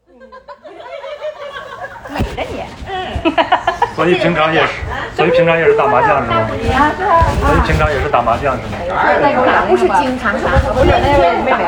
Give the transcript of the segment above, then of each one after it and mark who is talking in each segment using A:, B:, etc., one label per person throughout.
A: 美着你。
B: 所以平常也是打麻将是吗？所以平常也是打麻将是吗？
A: 不是经常打，我有那位妹妹。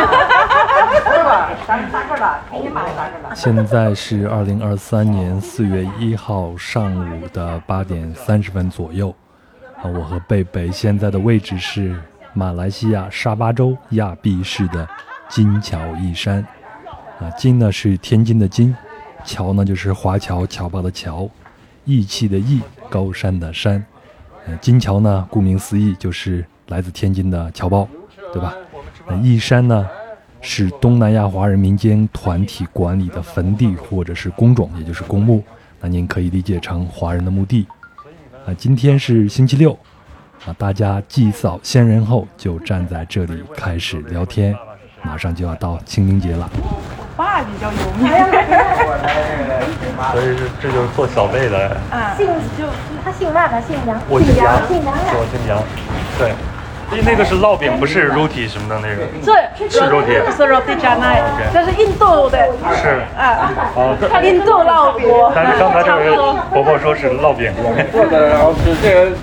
B: 现在是2023年4月1号上午的8点30分左右。我和贝贝现在的位置是马来西亚沙巴州亚庇市的金桥义山。金呢是天津的金，桥呢就是华侨侨胞的侨，义气的义，高山的山。金桥呢顾名思义就是来自天津的侨胞，对吧？义山呢是东南亚华人民间团体管理的坟地或者是公冢，也就是公墓，那您可以理解成华人的墓地。今天是星期六，大家祭扫先人后就站在这里开始聊天，马上就要到清明节了。
C: 爸比较有名，
B: 所以这就是做小辈的。
A: 姓就他姓嘛？他姓杨。
B: 我姓杨，
A: 姓杨呀。
B: 我姓杨，对。那个是烙饼，不是 roti 什么的那个。是 roti，
C: 是 roti canai， 这是印度的。
B: 是
C: 印度烙饼。
B: 但是刚才这位婆婆说是烙饼。
D: 我们做的，然后是这个。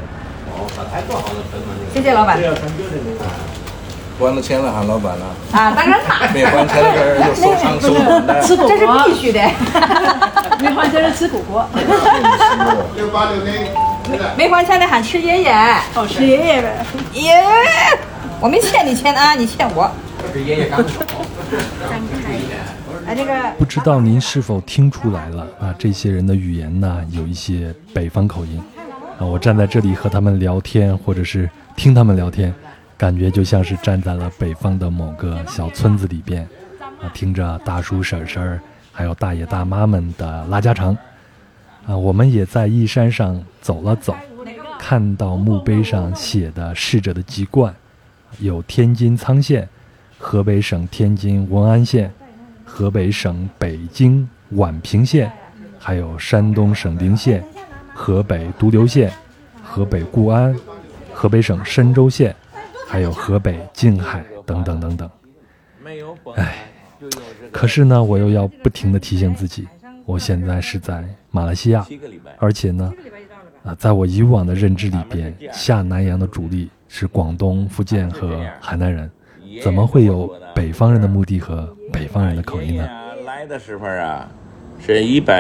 A: 谢谢老板。
D: 关了钱了喊老板了。
A: 当然啦。
D: 没还钱的人就收藏收藏的。
A: 吃果这是必须的。
C: 没还钱是吃果果。
A: 没还钱的喊吃爷爷。
C: 吃爷爷呗。
A: 爷，我没欠你钱啊，你欠我。
D: 这是爷爷刚走。
A: 这个
B: 不知道您是否听出来了这些人的语言呢有一些北方口音我站在这里和他们聊天，或者是听他们聊天，感觉就像是站在了北方的某个小村子里边听着大叔婶婶还有大爷大妈们的拉家常我们也在义山上走了走，看到墓碑上写的逝者的籍贯，有天津沧县、河北省天津文安县、河北省北京宛平县，还有山东省临县、河北独流县、河北固安、河北省深州县，还有河北静海等等等等。可是呢我又要不停地提醒自己，我现在是在马来西亚，而且呢在我以往的认知里边，下南洋的主力是广东、福建和海南人，怎么会有北方人的墓地和北方人的口音呢？
E: 来的时候是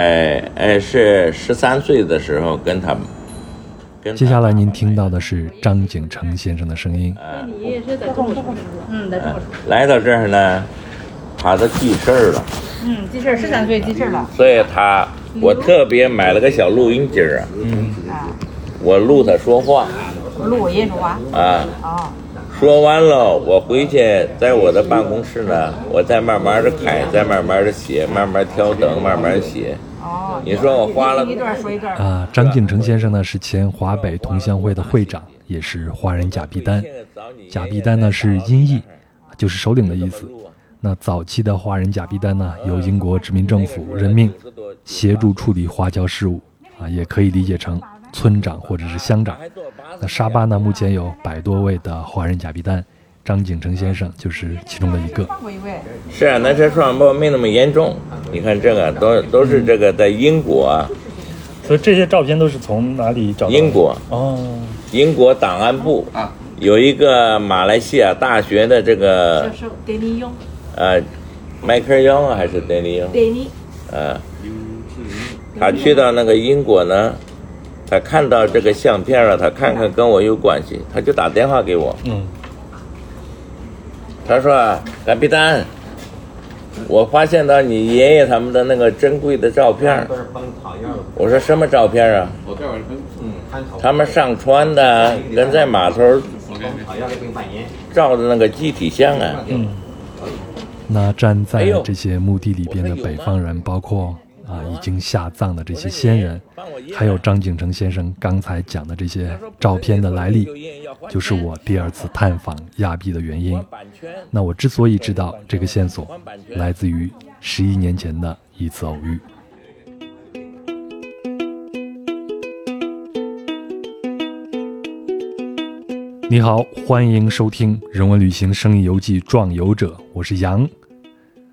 E: 13岁的时候跟他们。
B: 接下来您听到的是张景成先生的声音。
C: 你也是在这么说。在这么说。
E: 来到这儿呢，他都记事儿了。
A: 记事13岁记事了。
E: 所以我特别买了个小录音机我录他说话。
A: 录我爷爷说话。
E: 说完了，我回去在我的办公室呢，我再慢慢的开，再慢慢的写，慢慢调灯，慢慢写。你说我花了
B: 张景成先生呢是前华北同乡会的会长，也是华人甲必丹。甲必丹呢是音译，就是首领的意思。那早期的华人甲必丹呢由英国殖民政府任命，协助处理华侨事务也可以理解成村长或者是乡长。那沙巴呢目前有100多位的华人甲必丹，张景成先生就是其中的一个。
E: 是那这双胞没那么严重。你看这个都是这个在英国
B: 所以这些照片都是从哪里找到的？
E: 英国英国档案部有一个马来西亚大学的这个
C: 教授德尼雍
E: 迈克尔·雍还是德尼雍？
C: 德尼
E: 他去到那个英国呢，他看到这个相片他看看跟我有关系，他就打电话给我。他说甲必丹，我发现到你爷爷他们的那个珍贵的照片。我说什么照片他们上船的跟在码头照的那个集体像
B: 那站在这些墓地里边的北方人，包括已经下葬的这些先人，还有张景成先生刚才讲的这些照片的来历，就是我第2次探访亚庇的原因。那我之所以知道这个线索，来自于11年前的一次偶遇。你好，欢迎收听人文旅行生意游记壮游者，我是杨。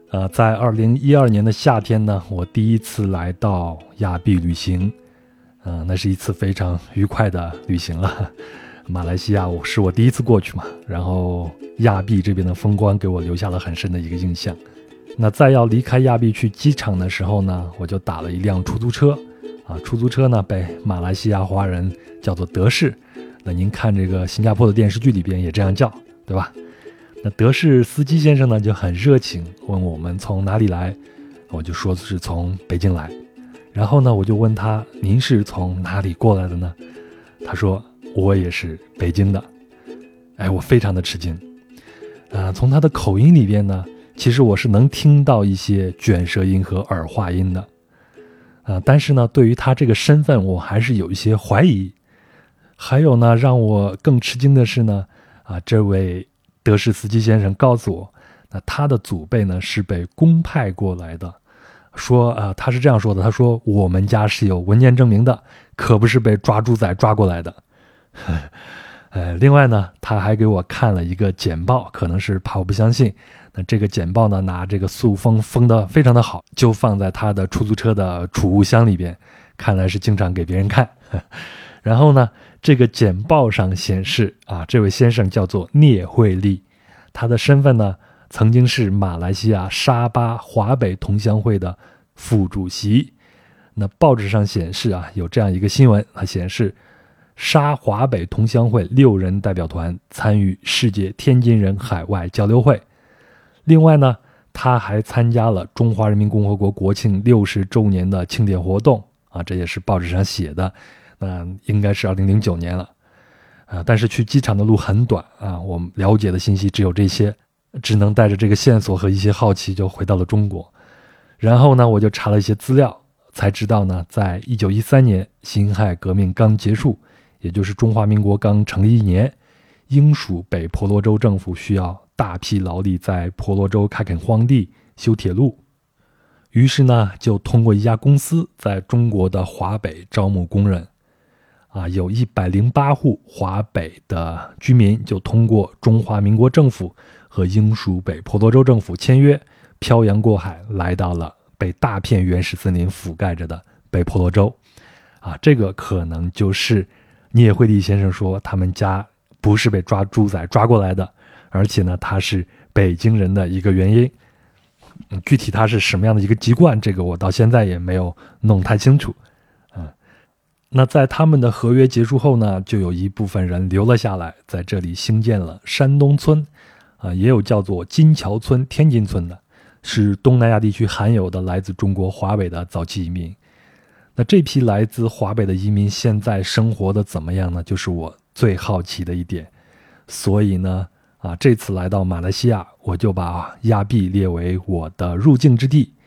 B: 在2012年的夏天呢，我第一次来到亚庇旅行，那是一次非常愉快的旅行了。马来西亚是我第一次过去嘛，然后亚庇这边的风光给我留下了很深的一个印象。那在要离开亚庇去机场的时候呢，我就打了一辆出租车，出租车呢被马来西亚华人叫做德士，那您看这个新加坡的电视剧里边也这样叫，对吧？那德士司机先生呢就很热情，问我们从哪里来，我就说是从北京来。然后呢我就问他，您是从哪里过来的呢？他说我也是北京的。我非常的吃惊。从他的口音里边呢，其实我是能听到一些卷舌音和儿化音的。但是呢对于他这个身份我还是有一些怀疑。还有呢让我更吃惊的是呢，这位德士司机先生告诉我，那他的祖辈呢是被公派过来的，说他是这样说的，他说我们家是有文件证明的，可不是被抓猪仔抓过来的。另外呢他还给我看了一个简报，可能是怕我不相信，那这个简报呢拿这个塑封封得非常的好，就放在他的出租车的储物箱里边，看来是经常给别人看。然后呢这个简报上显示这位先生叫做聂惠利，他的身份呢曾经是马来西亚沙巴华北同乡会的副主席。那报纸上显示有这样一个新闻，显示沙华北同乡会6人代表团参与世界天津人海外交流会。另外呢他还参加了中华人民共和国国庆60周年的庆典活动这也是报纸上写的，那应该是2009年了。但是去机场的路很短我们了解的信息只有这些，只能带着这个线索和一些好奇就回到了中国。然后呢我就查了一些资料，才知道呢在1913年辛亥革命刚结束，也就是中华民国刚成立1年，英属北婆罗洲政府需要大批劳力在婆罗洲开垦荒地修铁路，于是呢就通过一家公司在中国的华北招募工人有108户华北的居民就通过中华民国政府和英属北婆罗洲政府签约，漂洋过海来到了被大片原始森林覆盖着的北婆罗洲这个可能就是聂惠利先生说他们家不是被抓猪仔抓过来的，而且呢他是北京人的一个原因。具体他是什么样的一个籍贯，这个我到现在也没有弄太清楚。那在他们的合约结束后呢，就有一部分人留了下来，在这里兴建了山东村也有叫做金桥村、天津村的，是东南亚地区罕有的来自中国华北的早期移民。那这批来自华北的移民现在生活的怎么样呢？就是我最好奇的一点。所以呢这次来到马来西亚，我就把亚庇列为我的入境之地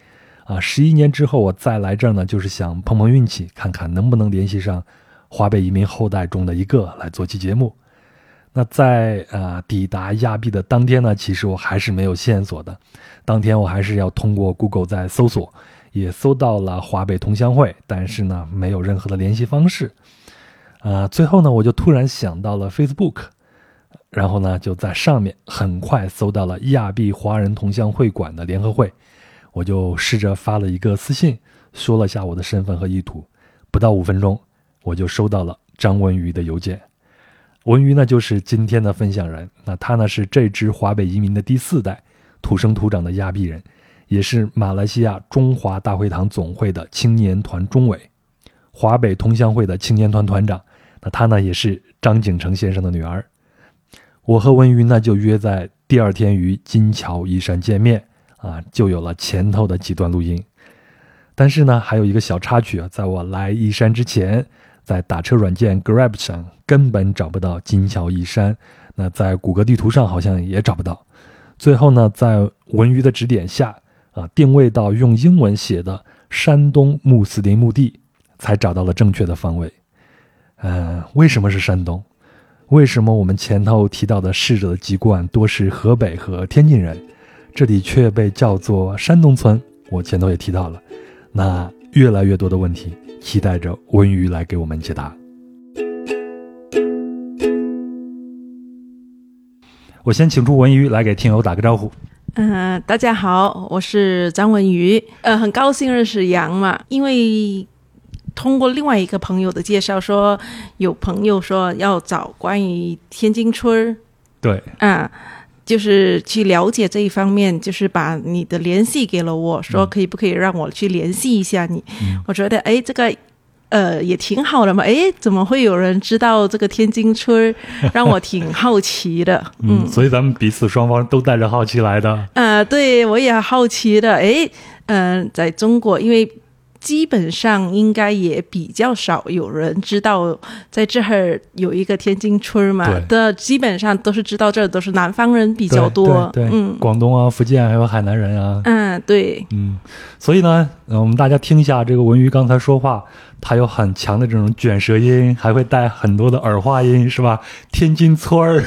B: 11年之后我再来这儿呢，就是想碰碰运气，看看能不能联系上华北移民后代中的一个来做期节目。那在抵达亚庇的当天呢，其实我还是没有线索的。当天我还是要通过 Google 在搜索，也搜到了华北同乡会，但是呢没有任何的联系方式。最后呢我就突然想到了 Facebook， 然后呢就在上面很快搜到了亚庇华人同乡会馆的联合会，我就试着发了一个私信，说了下我的身份和意图。不到5分钟我就收到了张文瑜的邮件。文瑜呢就是今天的分享人，那他呢是这支华北移民的第4代土生土长的亚庇人，也是马来西亚中华大会堂总会的青年团中委，华北同乡会的青年团团长。那他呢也是张景成先生的女儿。我和文瑜呢就约在第2天于金桥一山见面就有了前头的几段录音。但是呢还有一个小插曲在我来一山之前，在打车软件 Grab 上根本找不到金桥一山，那在谷歌地图上好像也找不到。最后呢在文瑜的指点下定位到用英文写的山东穆斯林墓地，才找到了正确的方位。为什么是山东？为什么我们前头提到的逝者的籍贯多是河北和天津人，这里却被叫做山东村？我前头也提到了，那越来越多的问题期待着文瑜来给我们解答。我先请出文瑜来给听友打个招呼。
C: 大家好，我是张文瑜，很高兴认识杨嘛，因为通过另外一个朋友的介绍说，有朋友说要找关于天津村，
B: 对，
C: 就是去了解这一方面，就是把你的联系给了我，说可以不可以让我去联系一下你？我觉得这个也挺好的嘛，怎么会有人知道这个天津村，让我挺好奇的。
B: 所以咱们彼此双方都带着好奇来的。
C: 对，我也好奇的。在中国，因为基本上应该也比较少有人知道在这儿有一个天津村嘛，基本上都是知道这儿都是南方人比较多，
B: 对，广东啊、福建还有海南人啊，
C: 对，
B: 所以呢，我们大家听一下这个文瑜刚才说话，他有很强的这种卷舌音，还会带很多的儿化音，是吧？天津村儿。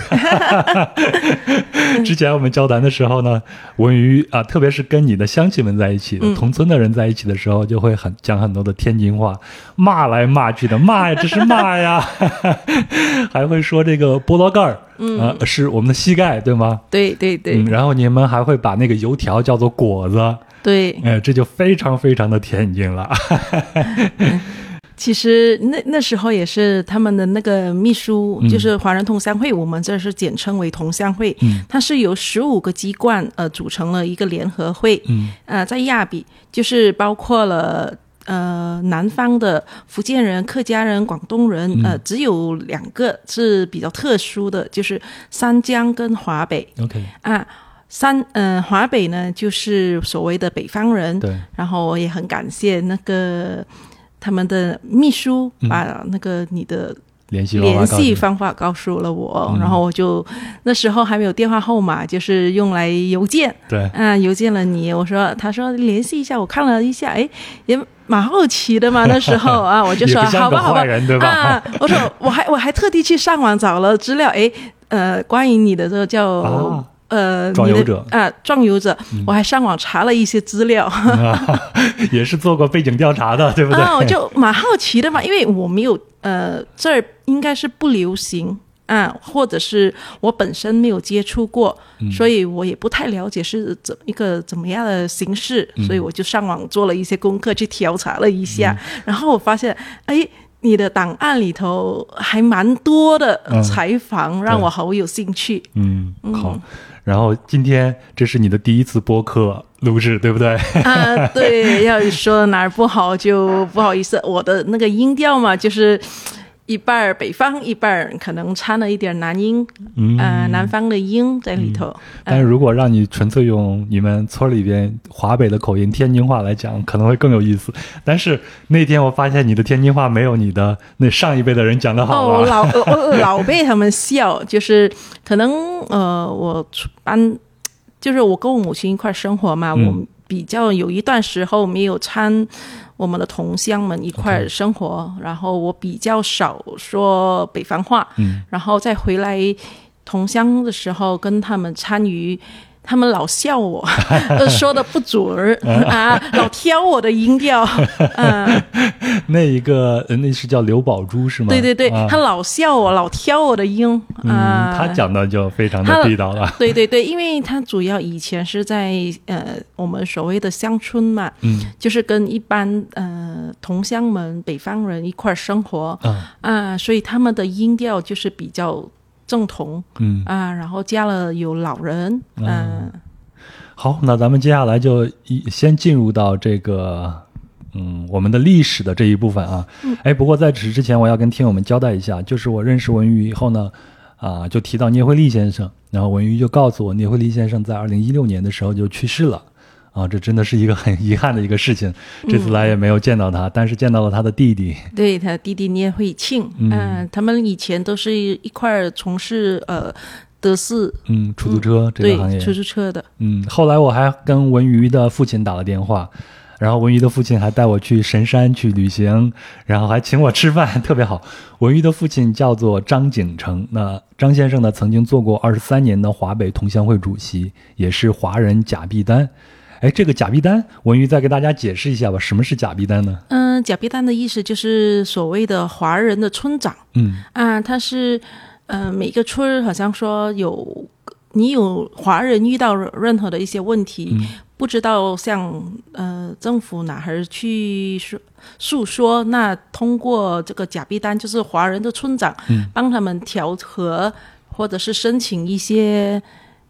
B: 之前我们交谈的时候呢，文瑜特别是跟你的乡亲们在一起的，同村的人在一起的时候，就会讲很多的天津话，骂来骂去的，骂呀，这是骂呀，还会说这个菠萝盖儿，是我们的膝盖，对吗？
C: 对对对，
B: 然后你们还会把那个油条叫做果子。
C: 对，
B: 这就非常非常的天津了。
C: 其实那时候也是他们的那个秘书，就是华人同乡会，我们这是简称为同乡会，它是由15个机关组成了一个联合会，在亚比就是包括了南方的福建人、客家人、广东人，只有2个是比较特殊的，就是三江跟华北。
B: OK
C: 华北呢就是所谓的北方人，
B: 对，
C: 然后我也很感谢那个他们的秘书把那个你的联系方法告诉了我，然后我就那时候还没有电话号码，就是用来邮件，
B: 对，
C: 邮件了你，他说联系一下，我看了一下，也蛮好奇的嘛，那时候我就说好吧好吧，
B: 对吧？
C: 我说我还特地去上网找了资料，关于你的这个叫
B: 壮游者
C: 壮游者，我还上网查了一些资料，
B: 也是做过背景调查的，对不对？
C: 我就蛮好奇的嘛，因为我没有这儿应该是不流行或者是我本身没有接触过，所以我也不太了解是怎么样的形式，所以我就上网做了一些功课去调查了一下，然后我发现你的档案里头还蛮多的采访，让我好有兴趣。
B: 好。然后今天这是你的第一次播客录制，对不对？
C: 对，要说哪儿不好就不好意思，我的那个音调嘛，就是一半北方，一半可能掺了一点南音，南方的音在里头。
B: 但是如果让你纯粹用你们村里边华北的口音天津话来讲，可能会更有意思。但是那天我发现你的天津话没有你的那上一辈的人讲得好啊。
C: 老辈他们笑，就是可能我就是我跟我母亲一块生活嘛，我比较有一段时候没有参我们的同乡们一块生活，然后我比较少说北方话，然后再回来同乡的时候跟他们参与，他们老笑我说的不准老挑我的音调
B: 那是叫刘宝珠是吗？
C: 对对对，他老笑我，老挑我的音
B: 他讲的就非常的地道了。
C: 对对对，因为他主要以前是在我们所谓的乡村嘛，就是跟一般同乡们北方人一块生活所以他们的音调就是比较正统然后加了有老人
B: 好，那咱们接下来就先进入到这个我们的历史的这一部分啊。不过在此之前我要跟听友们交代一下，就是我认识文瑜以后呢就提到聂惠利先生，然后文瑜就告诉我聂惠利先生在2016年的时候就去世了这真的是一个很遗憾的一个事情。这次来也没有见到他，但是见到了他的弟弟，
C: 对，他弟弟聂惠庆他们以前都是一块从事德士
B: 出租车这个行业，
C: 对，出租车的
B: 后来我还跟文瑜的父亲打了电话，然后文瑜的父亲还带我去神山去旅行，然后还请我吃饭，特别好。文瑜的父亲叫做张景成，那张先生呢曾经做过23年的华北同乡会主席，也是华人甲必丹。这个甲必丹，文瑜再给大家解释一下吧，什么是甲必丹呢？
C: 甲必丹的意思就是所谓的华人的村长。他是每个村好像说有你有华人遇到任何的一些问题，不知道向政府哪儿去诉说，那通过这个甲必丹就是华人的村长，帮他们调和，或者是申请一些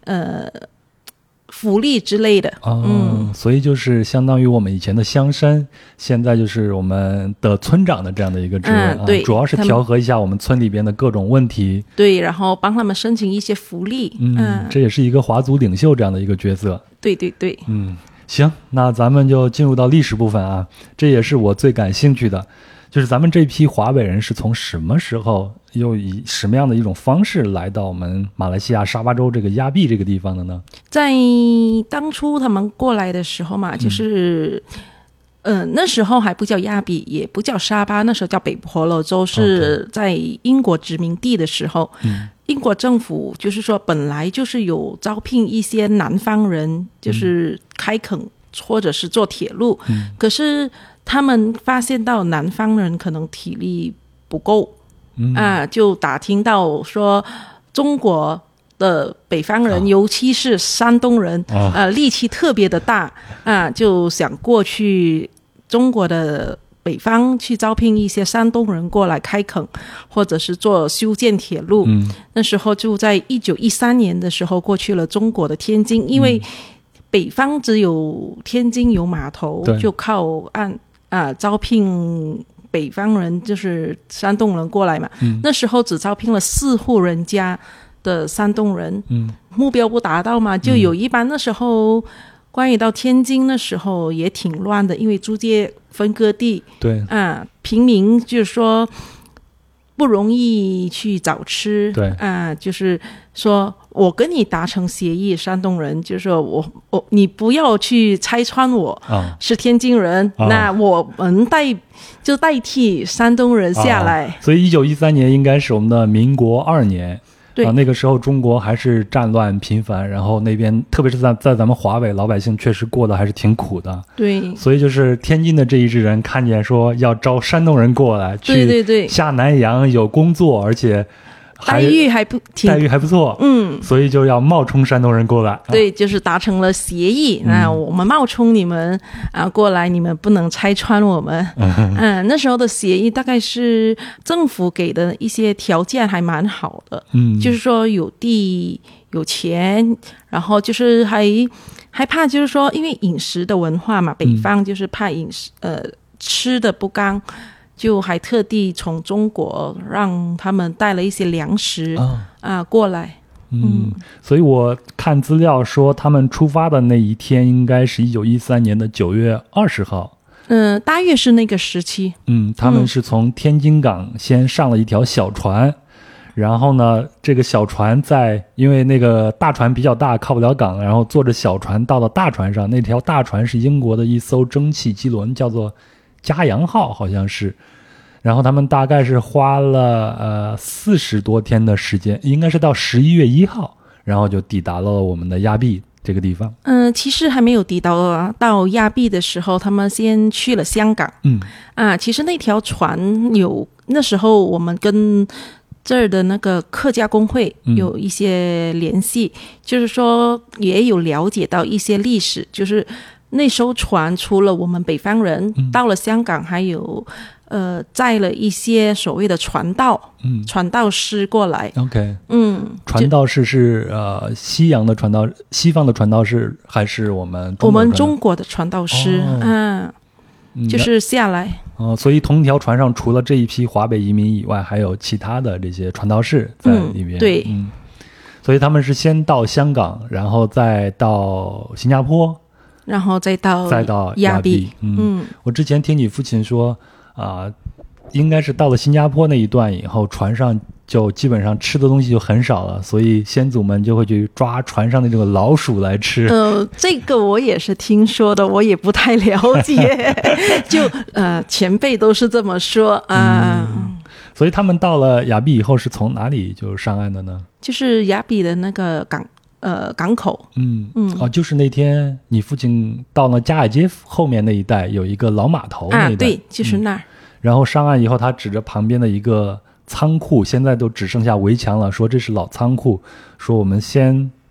C: 福利之类的。
B: 所以就是相当于我们以前的乡绅，现在就是我们的村长的这样的一个职位，
C: 对，
B: 主要是调和一下我们村里边的各种问题，
C: 对，然后帮他们申请一些福利。
B: 这也是一个华族领袖这样的一个角色。
C: 对对对，
B: 行，那咱们就进入到历史部分啊，这也是我最感兴趣的，就是咱们这批华北人是从什么时候又以什么样的一种方式来到我们马来西亚沙巴州这个亚庇这个地方的呢？
C: 在当初他们过来的时候嘛，就是那时候还不叫亚庇，也不叫沙巴，那时候叫北婆罗洲，是在英国殖民地的时候，英国政府就是说本来就是有招聘一些南方人，就是开垦或者是做铁路，可是他们发现到南方人可能体力不够，就打听到说中国的北方人，尤其是山东人，力气特别的大，就想过去中国的北方去招聘一些山东人过来开垦，或者是做修建铁路。那时候就在1913年的时候过去了中国的天津，因为北方只有天津有码头，就靠岸招聘北方人，就是山东人过来嘛。那时候只招聘了4户人家的山东人，目标不达到嘛，就有一班。那时候关于到天津的时候也挺乱的，因为租界分割地，对平民就是说不容易去找吃，对就是说我跟你达成协议，山东人就是说你不要去拆穿我，是天津人，那我们代替山东人下来。
B: 所以1913年应该是我们的民国2年。对那个时候中国还是战乱频繁，然后那边特别是在咱们华北老百姓确实过得还是挺苦的。对，所以就是天津的这一支人看见说要招山东人过来，去下南洋有工作，而且待遇还不错，所以就要冒充山东人过来。
C: 对，就是达成了协议，那我们冒充你们过来，你们不能拆穿我们。那时候的协议大概是政府给的一些条件还蛮好的，就是说有地有钱，然后就是还怕就是说因为饮食的文化嘛，北方就是怕饮食吃的不刚，就还特地从中国让他们带了一些粮食过来。
B: 所以我看资料说他们出发的那一天应该是1913年的9月20号。
C: 大约是那个时期。
B: 他们是从天津港先上了一条小船，然后呢这个小船因为那个大船比较大靠不了港，然后坐着小船到了大船上，那条大船是英国的一艘蒸汽机轮，叫做嘉阳号好像是，然后他们大概是花了40多天的时间，应该是到11月1号，然后就抵达了我们的亚庇这个地方。
C: 其实还没有抵达到亚庇的时候，他们先去了香港。其实那条船那时候我们跟这儿的那个客家工会有一些联系，就是说也有了解到一些历史，就是那艘船除了我们北方人，到了香港还有载了一些所谓的传道师过来。OK， 传道士是西方的传道士还是我们中国的传道师？就是下来。
B: 所以同一条船上除了这一批华北移民以外，还有其他的这些传道士在里面。对，所以他们是先到香港，然后再到新加坡，
C: 然后再到亚庇。
B: 我之前听你父亲说应该是到了新加坡那一段以后，船上就基本上吃的东西就很少了，所以先祖们就会去抓船上的这个老鼠来吃。
C: 这个我也是听说的，我也不太了解。就前辈都是这么说
B: 所以他们到了亚庇以后是从哪里就上岸的呢？
C: 就是亚庇的那个港口。
B: 就是那天你父亲到了嘉海街后面那一带有一个老码头那一带。对，
C: 就是那儿。
B: 然后上岸以后，他指着旁边的一个仓库，现在都只剩下围墙了，说这是老仓库，说我们先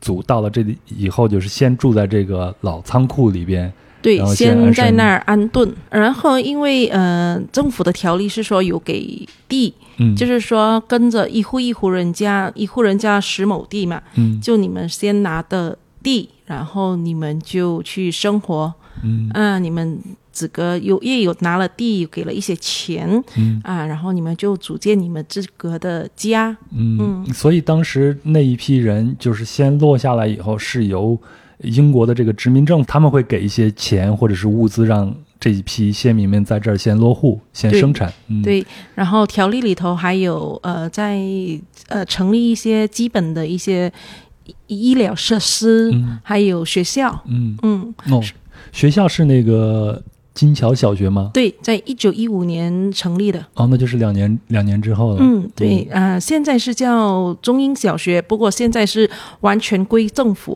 B: 组到了这里以后，就是先住在这个老仓库里边。
C: 对，先在那
B: 儿
C: 儿安顿，然后因为政府的条例是说有给地，就是说跟着一户人家10亩地嘛，就你们先拿的地，然后你们就去生活，你们几个也有拿了地，给了一些钱，然后你们就组建你们自个的家，
B: 所以当时那一批人就是先落下来以后，是由英国的这个殖民政府他们会给一些钱或者是物资，让这一批先民们在这儿先落户先生产。
C: 对，然后条例里头还有在成立一些基本的一些医疗设施，还有学校。
B: 学校是那个金桥小学吗？
C: 对，在1915年成立的。
B: 那就是两年之后了。
C: 对，现在是叫中英小学，不过现在是完全归政府。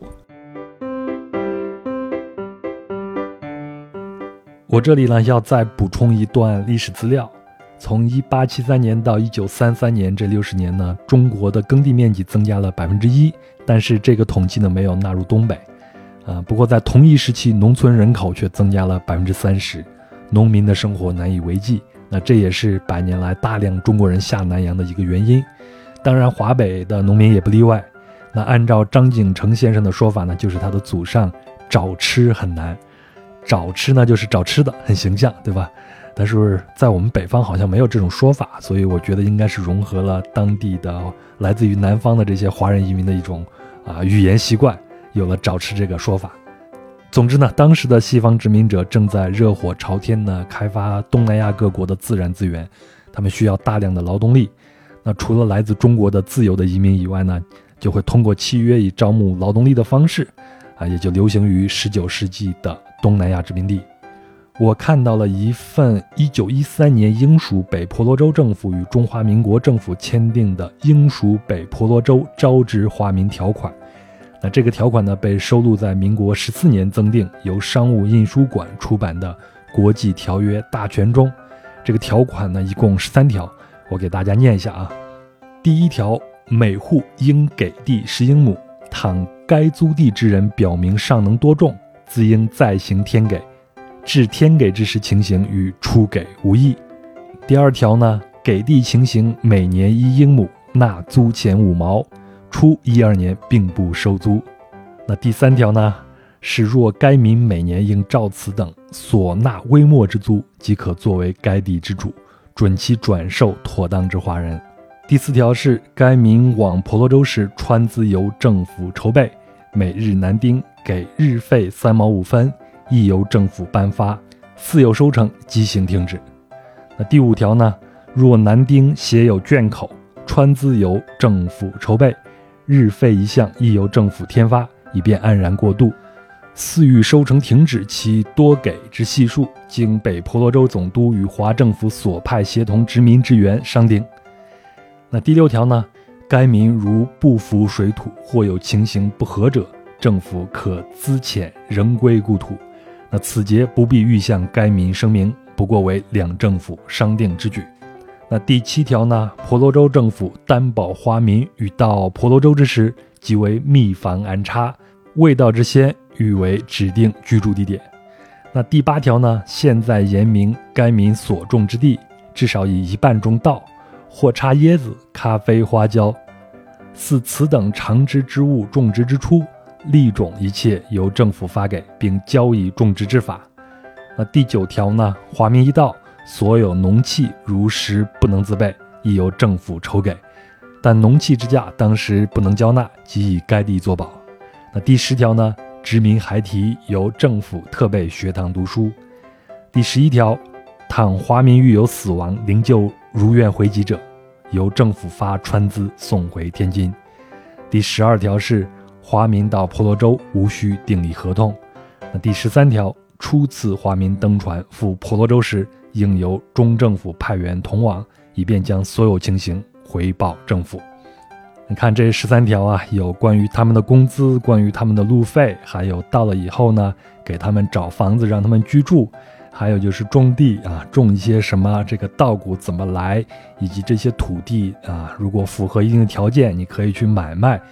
B: 我这里呢要再补充一段历史资料，从1873年到1933年这60年呢，中国的耕地面积增加了1%，但是这个统计呢没有纳入东北。不过在同一时期，农村人口却增加了30%，农民的生活难以为继。那这也是100年来大量中国人下南洋的一个原因。当然，华北的农民也不例外。那按照张景成先生的说法呢，就是他的祖上找吃很难。找吃呢就是找吃的，很形象，对吧？但是在我们北方好像没有这种说法，所以我觉得应该是融合了当地的来自于南方的这些华人移民的一种语言习惯，有了找吃这个说法。总之呢，当时的西方殖民者正在热火朝天地开发东南亚各国的自然资源，他们需要大量的劳动力。那除了来自中国的自由的移民以外呢，就会通过契约以招募劳动力的方式也就流行于19世纪的东南亚殖民地。我看到了一份1913年英属北婆罗洲政府与中华民国政府签订的英属北婆罗洲招致华民条款。那这个条款呢，被收录在民国14年增订由商务印书馆出版的国际条约大全中。这个条款呢一共13条，我给大家念一下啊。第一条，每户应给地10英亩，倘该租地之人表明尚能多种，自应再行添给，至添给之时情形与初给无异。第二条呢，给地情形每年1英亩，纳租钱5毛，初12年并不收租。那第三条呢，是若该民每年应照此等所纳微末之租，即可作为该地之主，准其转售妥当之华人。第四条是该民往婆罗洲时，川资由政府筹备，每日男丁给日费3毛5分，亦由政府颁发，似有收成即行停止。那第五条呢，若男丁写有卷口，川资由政府筹备，日费一项亦由政府添发，以便安然过渡。似欲收成停止，其多给之系数，经北婆罗洲总督与华政府所派协同殖民之员商定。那第六条呢，该民如不服水土或有情形不合者，政府可资遣仍归故土。那此节不必欲向该民声明，不过为两政府商定之举。那第七条呢，婆罗洲政府担保华民与到婆罗洲之时，即为密房安插，未到之先欲为指定居住地点。那第八条呢，现在言明该民所种之地，至少以1半种稻，或插椰子、咖啡、花椒，似此等长枝之物种植之初，粒种一切由政府发给，并交以种植之法。那第九条呢，华民一到，所有农器如实不能自备，亦由政府筹给，但农器之价当时不能交纳，即以该地作保。那第10条呢，殖民孩提由政府特备学堂读书。第11条，倘华民遇有死亡灵柩如愿回籍者，由政府发川资送回天津。第12条是华民到婆罗洲无需订立合同。那第13条，初次华民登船赴婆罗洲时，应由中政府派员同往，以便将所有情形回报政府。你看这13条啊，有关于他们的工资，关于他们的路费，还有到了以后呢，给他们找房子让他们居住，还有就是种地啊，种一些什么，这个稻谷怎么来，以及这些土地啊，如果符合一定的条件，你可以去买卖。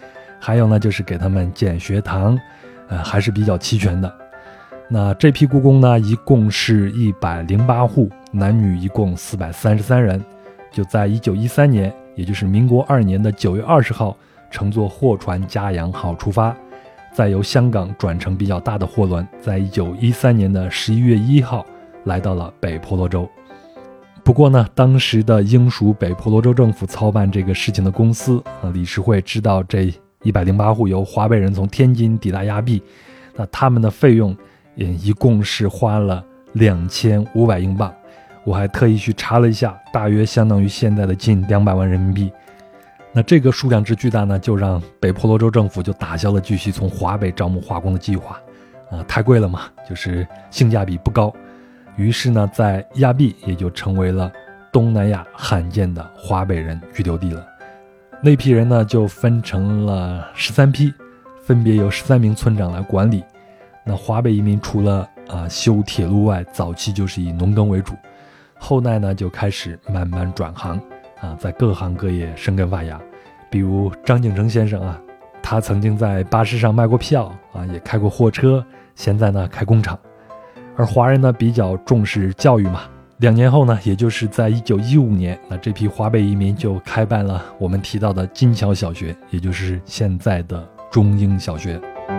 B: 还有呢就是给他们建学堂，还是比较齐全的。那这批故宫呢，一共是108户，男女一共433人，就在1913年，也就是民国2年的9月20号，乘坐货船嘉阳号出发，再由香港转乘比较大的货轮，在1913年的11月1号来到了北婆罗洲。不过呢，当时的英属北婆罗洲政府操办这个事情的公司理事会知道这108户由华北人从天津抵达亚庇，那他们的费用一共是花了2500英镑，我还特意去查了一下，大约相当于现在的近200万人民币。那这个数量之巨大呢，就让北婆罗洲政府就打消了继续从华北招募华工的计划，太贵了嘛，就是性价比不高。于是呢，在亚庇也就成为了东南亚罕见的华北人居留地了。那批人呢，就分成了13批，分别由13名村长来管理。那华北移民除了修铁路外，早期就是以农耕为主，后来呢就开始慢慢转行在各行各业生根发芽。比如张景成先生他曾经在巴士上卖过票也开过货车，现在呢开工厂。而华人呢比较重视教育嘛，2年后呢，也就是在1915年，那这批华北移民就开办了我们提到的金桥小学，也就是现在的中英小学。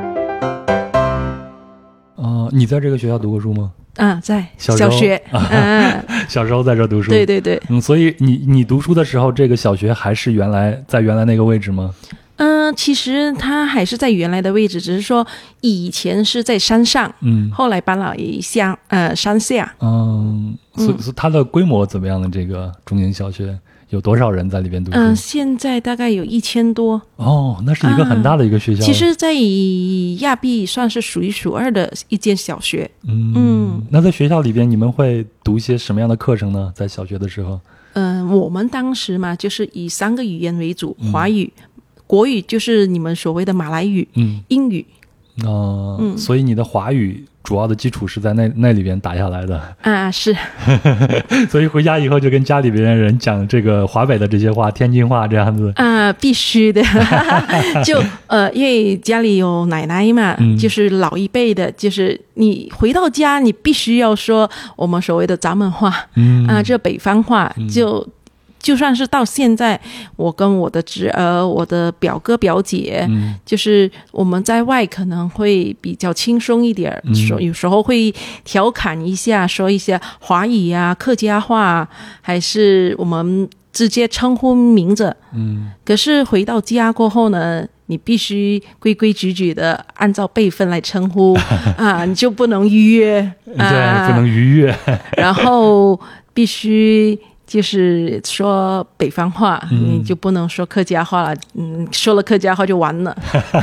B: 你在这个学校读过书吗？
C: 在小学
B: 小时候在这读书。
C: 对对对。
B: 所以你读书的时候，这个小学还是原来那个位置吗？
C: 其实它还是在原来的位置，只是说以前是在山上，后来搬了一下山下。
B: 所以它的规模怎么样呢？这个中英小学有多少人在里边读书？
C: 现在大概有1000多。
B: 那是一个很大的一个学校。
C: 其实在亚庇算是数一数二的一间小学。
B: 那在学校里边你们会读一些什么样的课程呢？在小学的时候？
C: 我们当时嘛，就是以3个语言为主，华语、国语就是你们所谓的马来语，英语。
B: 所以你的华语主要的基础是在那里边打下来的
C: 是。
B: 所以回家以后就跟家里边人讲这个华北的这些话，天津话这样子
C: 必须的。就因为家里有奶奶嘛，就是老一辈的，就是你回到家你必须要说我们所谓的咱们话，这北方话，就算是到现在，我跟我的侄儿、我的表哥表姐，就是我们在外可能会比较轻松一点，有时候会调侃一下，说一些华语客家话，还是我们直接称呼名字。可是回到家过后呢，你必须规规矩矩的按照辈分来称呼你就不能逾越
B: 对，不能逾越
C: 然后必须就是说北方话，你就不能说客家话了，说了客家话就完了。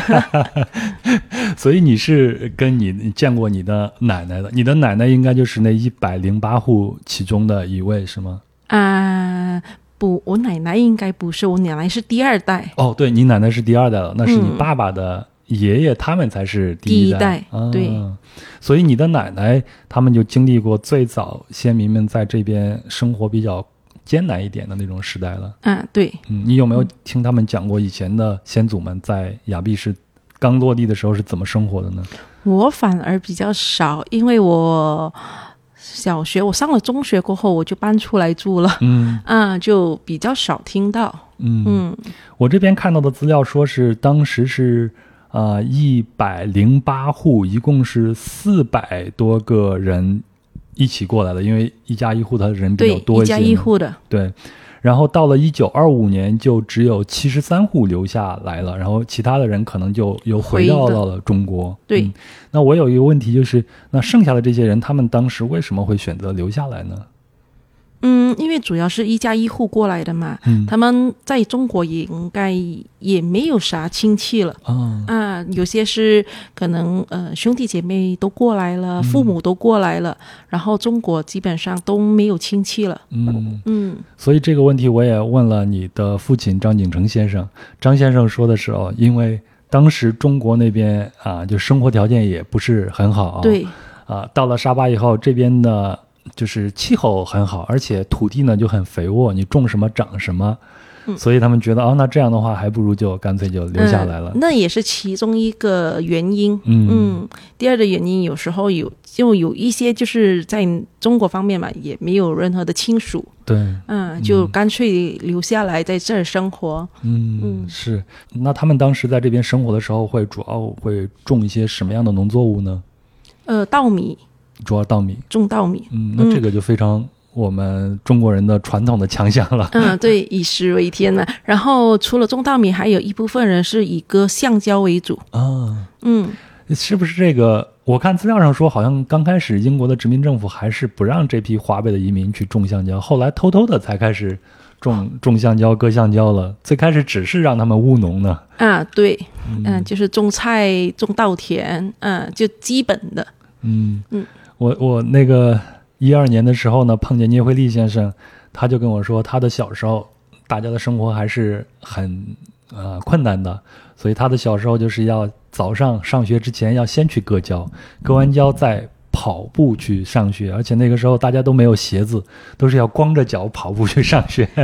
B: 所以你是跟你见过你的奶奶的，你的奶奶应该就是那108户其中的一位是吗？
C: 不，我奶奶应该不是，我奶奶是第2代。
B: 对，你奶奶是第2代了，那是你爸爸的爷爷他们才是第一代。
C: 对。
B: 所以你的奶奶他们就经历过最早先民们在这边生活比较艰难一点的那种时代了。
C: 对。
B: 你有没有听他们讲过以前的先祖们在亚庇市刚落地的时候是怎么生活的呢？
C: 我反而比较少，因为我小学我上了中学过后我就搬出来住了，就比较少听到。
B: 我这边看到的资料说是当时是108户，一共是400多个人一起过来的，因为一家一户的人比较多一些。
C: 对，一家一户的。
B: 对，然后到了1925年就只有73户留下来了，然后其他的人可能就又回到了中国。
C: 对。
B: 那我有一个问题就是，那剩下的这些人他们当时为什么会选择留下来呢？
C: 因为主要是一家一户过来的嘛，他们在中国也应该也没有啥亲戚了。有些是可能兄弟姐妹都过来了，父母都过来了，然后中国基本上都没有亲戚了。
B: 所以这个问题我也问了你的父亲张景成先生，张先生说的是因为当时中国那边就生活条件也不是很好。
C: 对。
B: 到了沙巴以后，这边的就是气候很好，而且土地呢就很肥沃，你种什么长什么， 所以他们觉得那这样的话还不如就干脆就留下来了。
C: 那也是其中一个原因。第二个原因有时候有一些就是在中国方面嘛，也没有任何的亲属，
B: 对，
C: 就干脆留下来在这儿生活。
B: 是。那他们当时在这边生活的时候，主要会种一些什么样的农作物呢？
C: 稻米，
B: 主要稻米，
C: 种稻米。
B: 那这个就非常我们中国人的传统的强项了。
C: 对，以食为天嘛。然后除了种稻米，还有一部分人是以割橡胶为主。
B: 是不是这个？我看资料上说，好像刚开始英国的殖民政府还是不让这批华北的移民去种橡胶，后来偷偷的才开始种橡胶、割橡胶了。最开始只是让他们务农呢。
C: 对，就是种菜、种稻田，就基本的。
B: 我那个12年的时候呢，碰见聂惠利先生，他就跟我说，他的小时候大家的生活还是很困难的，所以他的小时候就是要早上上学之前要先去割胶，割完胶再跑步去上学，而且那个时候大家都没有鞋子，都是要光着脚跑步去上学。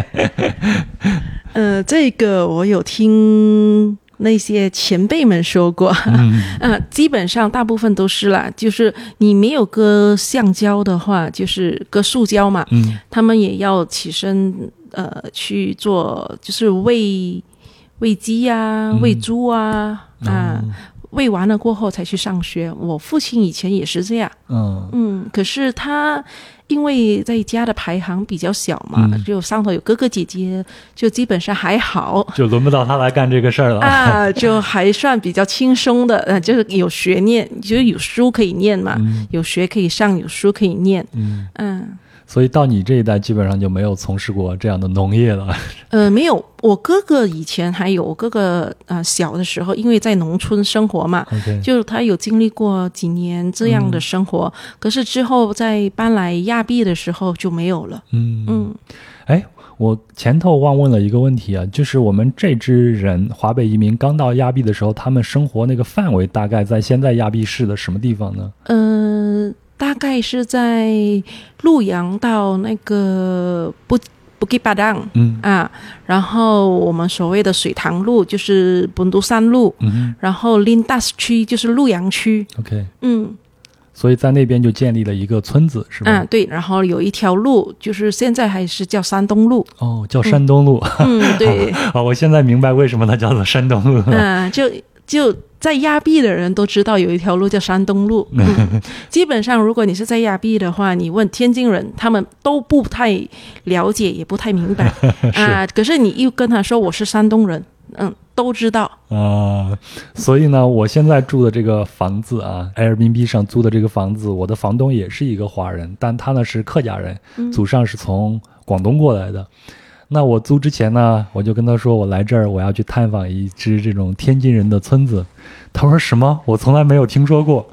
C: 这个我有听那些前辈们说过。基本上大部分都是啦，就是你没有割橡胶的话，就是割塑胶嘛，他们也要起身去做，就是喂鸡啊，喂猪啊，喂完了过后才去上学。我父亲以前也是这样。可是他因为在家的排行比较小嘛，就上头有哥哥姐姐，就基本上还好，
B: 就轮不到他来干这个事儿了。
C: 就还算比较轻松的，就是有学念，就是有书可以念嘛，有学可以上，有书可以念。
B: 所以到你这一代基本上就没有从事过这样的农业了。
C: 没有，我哥哥以前还有，我哥哥小的时候因为在农村生活嘛，就他有经历过几年这样的生活，可是之后在搬来亚庇的时候就没有了。
B: 我前头忘问了一个问题啊，就是我们这支人华北移民刚到亚庇的时候，他们生活那个范围大概在现在亚庇市的什么地方呢？
C: 大概是在鹿阳到那个Bukit Padang，然后我们所谓的水塘路就是本都山路，然后 Lintas 区就是鹿阳区。
B: 所以在那边就建立了一个村子，是吧？
C: 对，然后有一条路，就是现在还是叫山东路。
B: 叫山东路。
C: 对。
B: 我现在明白为什么它叫做山东路了。
C: 就在亚庇的人都知道有一条路叫山东路。基本上如果你是在亚庇的话，你问天津人，他们都不太了解，也不太明白。可是你一跟他说我是山东人，都知道。
B: 所以呢，我现在住的这个房子Airbnb 上租的这个房子，我的房东也是一个华人，但他呢是客家人，祖上是从广东过来的。那我租之前呢，我就跟他说，我来这儿我要去探访一支这种天津人的村子。他说什么？我从来没有听说过。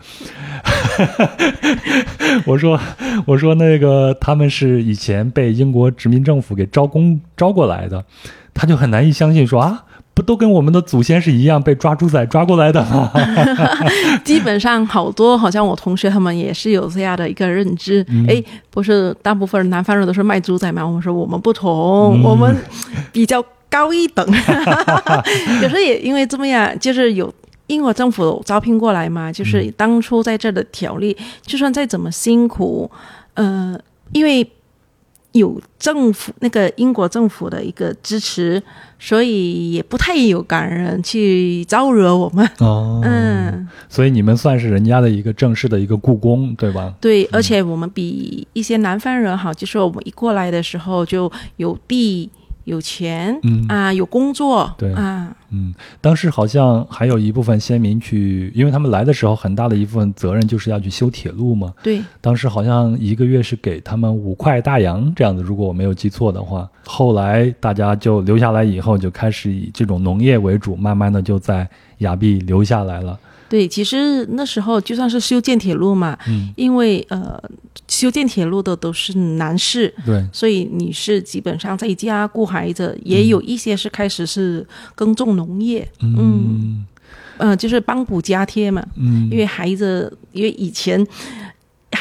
B: 我说那个他们是以前被英国殖民政府给招过来的。他就很难以相信，说不都跟我们的祖先是一样被抓猪仔抓过来的吗？
C: 基本上好像我同学他们也是有这样的一个认知。不是大部分南方人都是卖猪仔吗？我们说我们不同，我们比较高一等。有时候也因为这么样，就是有英国政府招聘过来嘛，就是当初在这的条例，就算再怎么辛苦，因为有政府那个英国政府的一个支持，所以也不太有敢人去招惹我们。
B: 所以你们算是人家的一个正式的一个雇工，对吧？
C: 对，而且我们比一些南方人好，就是我们一过来的时候就有地有钱有工作。
B: 对当时好像还有一部分先民因为他们来的时候很大的一部分责任就是要去修铁路嘛。
C: 对，
B: 当时好像1个月是给他们5块大洋这样子，如果我没有记错的话。后来大家就留下来以后，就开始以这种农业为主，慢慢的就在亚庇留下来了。
C: 对，其实那时候就算是修建铁路嘛，因为修建铁路的都是男士，
B: 对，
C: 所以女士基本上在家顾孩子，也有一些是开始是耕种农业，就是帮补家贴嘛，因为以前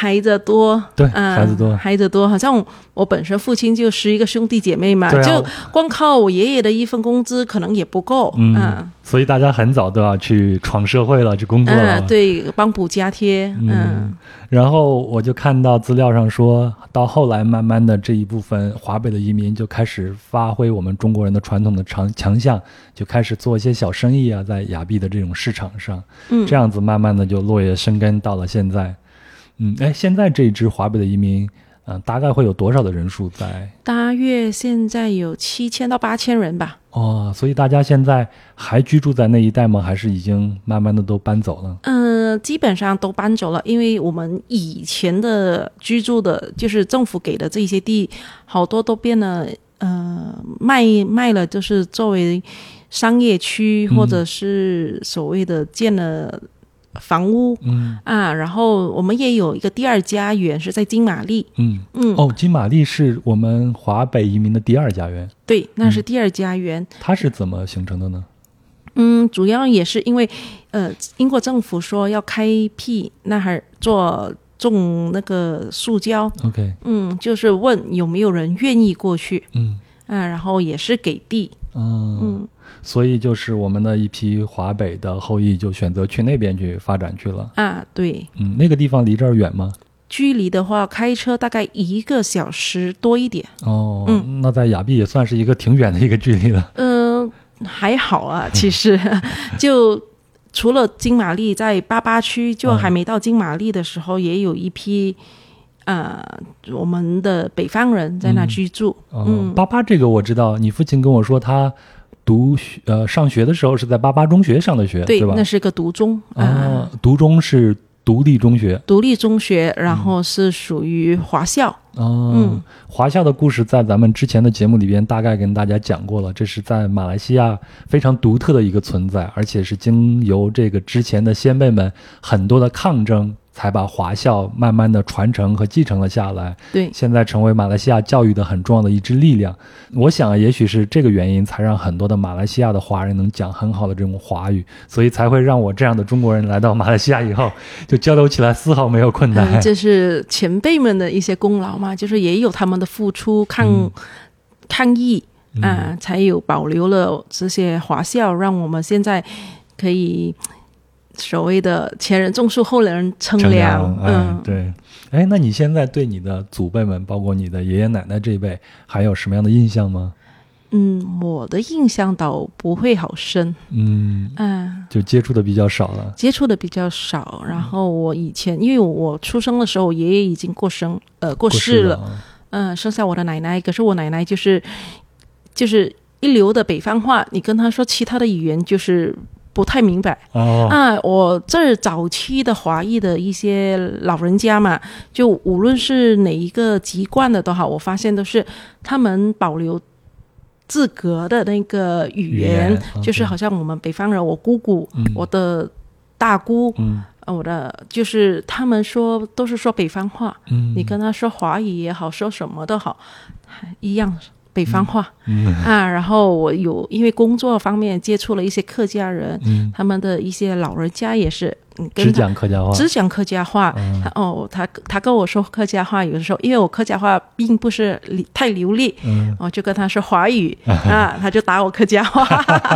C: 孩子多，
B: 对孩子多
C: 孩子多，好像我本身父亲就11个兄弟姐妹嘛，
B: 对啊
C: 就光靠我爷爷的一份工资可能也不够，
B: 所以大家很早都要去闯社会了，去工作了。
C: 对，帮补家贴，
B: 然后我就看到资料上说，到后来慢慢的这一部分华北的移民就开始发挥我们中国人的传统的强项，就开始做一些小生意啊，在雅碧的这种市场上，这样子慢慢的就落叶生根到了现在。现在这一支华北的移民，大概会有多少的人数在？
C: 大约现在有7000到8000人吧。
B: 所以大家现在还居住在那一带吗？还是已经慢慢的都搬走了？
C: 基本上都搬走了，因为我们以前的居住的，就是政府给的这些地，好多都变了，卖了，就是作为商业区，或者是所谓的建了房屋，然后我们也有一个第二家园是在金玛丽，
B: 金玛丽是我们华北移民的第二家园，
C: 对，那是第二家园。
B: 它是怎么形成的呢？
C: 主要也是因为英国政府说要开辟那儿种那个塑胶，
B: OK，
C: 就是问有没有人愿意过去，然后也是给地，
B: 所以就是我们的一批华北的后裔就选择去那边去发展去了。
C: 对，
B: 那个地方离这儿远吗？
C: 距离的话，开车大概1个小时多一点。
B: 那在雅碧也算是一个挺远的一个距离了。
C: 还好啊，其实就除了金玛丽在88区，就还没到金玛丽的时候，也有一批我们的北方人在那居住。
B: 88这个我知道，你父亲跟我说他上学的时候是在88中学上的学，对吧？
C: 那是个独中。
B: 独中是独立中学，然后是属于华校。华校的故事在咱们之前的节目里边大概跟大家讲过了，这是在马来西亚非常独特的一个存在，而且是经由这个之前的先辈们很多的抗争，才把华校慢慢的传承和继承了下来。
C: 对，
B: 现在成为马来西亚教育的很重要的一支力量。我想也许是这个原因，才让很多的马来西亚的华人能讲很好的这种华语，所以才会让我这样的中国人来到马来西亚以后，就交流起来丝毫没有困难。
C: 这是前辈们的一些功劳嘛，就是也有他们的付出，抗议才有保留了这些华校，让我们现在可以所谓的前人种树，后人乘凉。
B: 对。那你现在对你的祖辈们，包括你的爷爷奶奶这一辈，还有什么样的印象吗？
C: 我的印象倒不会好深。
B: 就接触的比较少了。
C: 然后我以前，因为我出生的时候，我爷爷已经过世了，剩下我的奶奶。可是我奶奶就是一流的北方话，你跟她说其他的语言就是不太明白。我这儿早期的华裔的一些老人家嘛，就无论是哪一个籍贯的都好，我发现都是他们保留自格的那个语言，就是好像我们北方人，我姑姑，我的大姑，我的就是他们都是说北方话，你跟他说华语也好，说什么都好，一样北方话。然后我因为工作方面接触了一些客家人，他们的一些老人家也是
B: 只讲客家话。
C: 他跟我说客家话，有的时候因为我客家话并不是太流利，我就跟他说华语，他就打我客家话。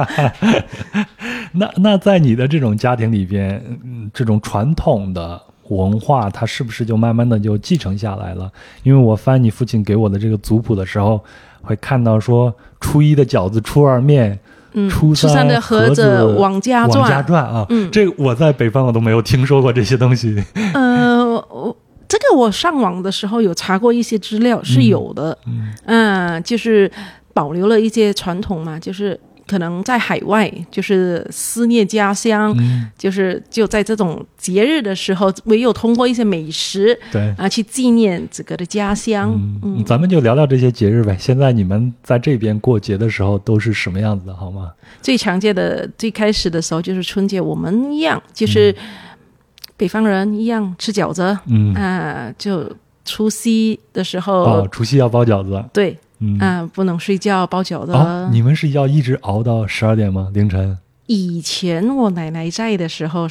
B: 那在你的这种家庭里边，这种传统的文化它是不是就慢慢的就继承下来了？因为我翻你父亲给我的这个族谱的时候，会看到说初一的饺子，初二面，初三
C: 的盒子往家转
B: 啊。这个我在北方我都没有听说过这些东西。
C: 这个我上网的时候有查过一些资料，是有的。就是保留了一些传统嘛，就是可能在海外就是思念家乡，就在这种节日的时候，唯有通过一些美食去纪念自个的家乡。
B: 咱们就聊聊这些节日呗。现在你们在这边过节的时候都是什么样子的，好吗？
C: 最常见的最开始的时候就是春节，我们一样就是北方人一样吃饺子。就除夕的时候，
B: 除夕要包饺子。
C: 对。不能睡觉，包饺子。
B: 你们是要一直熬到12点吗？凌晨？
C: 以前我奶奶在的时候是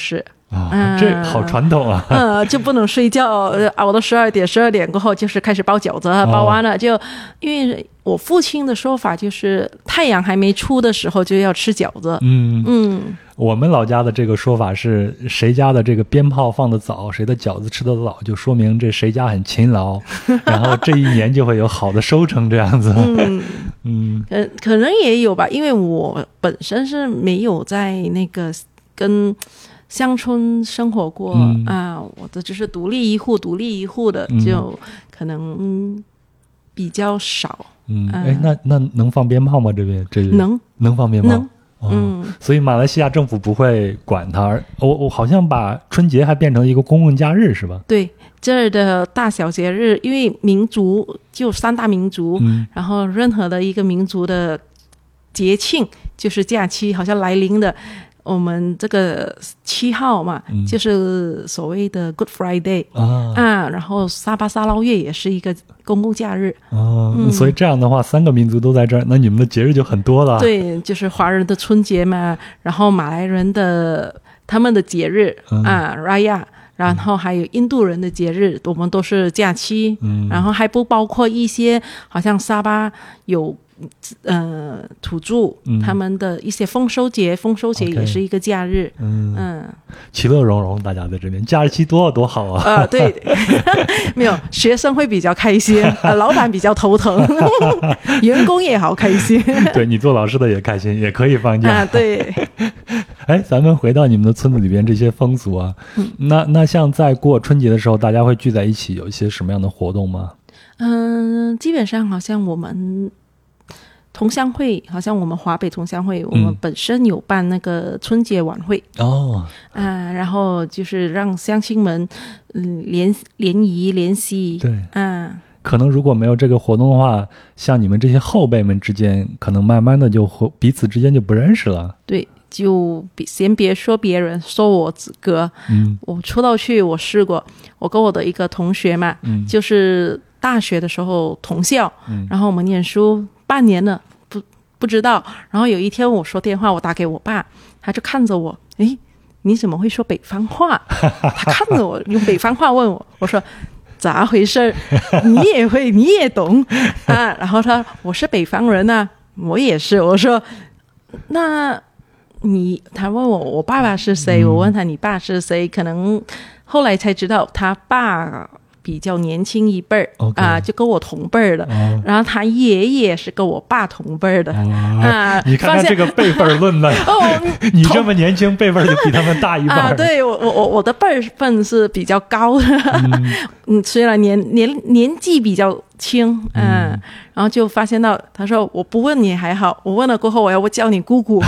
B: 这好传统啊。
C: 就不能睡觉，熬到12点过后就是开始包饺子，包完了就因为我父亲的说法就是太阳还没出的时候就要吃饺子。
B: 我们老家的这个说法是谁家的这个鞭炮放得早，谁的饺子吃得早，就说明这谁家很勤劳，然后这一年就会有好的收成这样子。
C: 可能也有吧，因为我本身是没有在那个跟乡村生活过我的就是独立一户的，就可能比较少。
B: 那能放鞭炮吗？这边能放鞭炮？
C: 能。
B: 所以马来西亚政府不会管它。我好像把春节还变成一个公共假日是吧？
C: 对，这儿的大小节日，因为民族就3大民族，然后任何的一个民族的节庆就是假期，好像来临的。我们这个7号嘛，就是所谓的 Good Friday 然后沙巴沙捞越也是一个公共假日
B: 所以这样的话3个民族都在这儿，那你们的节日就很多了。
C: 对，就是华人的春节嘛，然后马来人的他们的节日Raya， 然后还有印度人的节日，我们都是假期然后还不包括一些好像沙巴有土著他们的一些丰收节也是一个假日。
B: 其乐融融，大家在这边假期多好啊！
C: 对，没有学生会比较开心，老板比较头疼，员工也好开心。
B: 对，你做老师的也开心，也可以放假
C: 对。
B: 咱们回到你们的村子里边这些风俗啊，那像在过春节的时候，大家会聚在一起有一些什么样的活动吗？
C: 基本上好像我们同乡会，好像我们华北同乡会，我们本身有办那个春节晚会然后就是让乡亲们联谊联系。
B: 对可能如果没有这个活动的话，像你们这些后辈们之间，可能慢慢的就彼此之间就不认识了。
C: 对，就先别说别人，说我子哥，我出道去我试过，我跟我的一个同学嘛，就是大学的时候同校，然后我们念书半年了，不知道。然后有一天我说电话，我打给我爸，他就看着我，你怎么会说北方话？他看着我用北方话问我，我说咋回事？你也会，你也懂然后我是北方人啊，我也是。我说那他问我爸爸是谁，我问他你爸是谁，可能后来才知道他爸比较年轻一辈儿就跟我同辈儿的然后他爷爷是跟我爸同辈儿的
B: 你看看这个辈分论的你这么年轻，辈分就比他们大一半
C: 对，我的辈分是比较高的虽然年纪比较轻然后就发现到他说我不问你还好，我问了过后我要叫你姑姑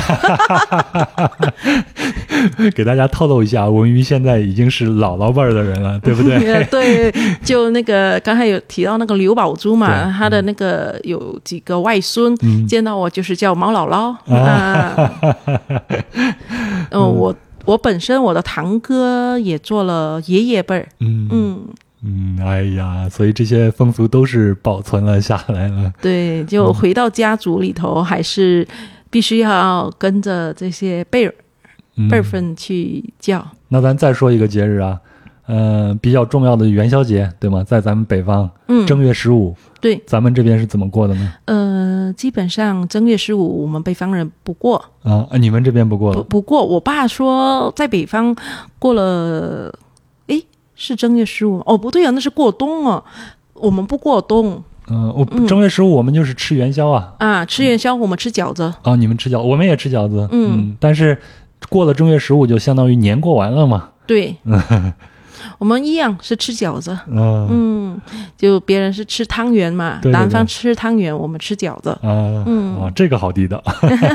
B: 给大家透露一下，文瑜现在已经是姥姥辈的人了，对不对？
C: 对，就那个刚才有提到那个刘宝珠嘛，他的那个有几个外孙见到我就是叫毛姥姥我本身我的堂哥也做了爷爷辈儿
B: 哎呀，所以这些风俗都是保存了下来了。
C: 对，就回到家族里头还是必须要跟着这些辈分去叫
B: 那咱再说一个节日啊，比较重要的元宵节，对吗？在咱们北方，正月15，对，咱们这边是怎么过的呢？
C: 基本上正月15我们北方人不过
B: 你们这边不过了？
C: 不过，我爸说在北方过了，是正月15不对啊，那是过冬啊，我们不过冬。
B: 正月15我们就是吃元宵
C: 吃元宵，我们吃饺子
B: 你们吃饺子，我们也吃饺子但是过了正月15就相当于年过完了嘛。
C: 对我们一样是吃饺子就别人是吃汤圆嘛，对南方吃汤圆，我们吃饺子
B: 这个好地道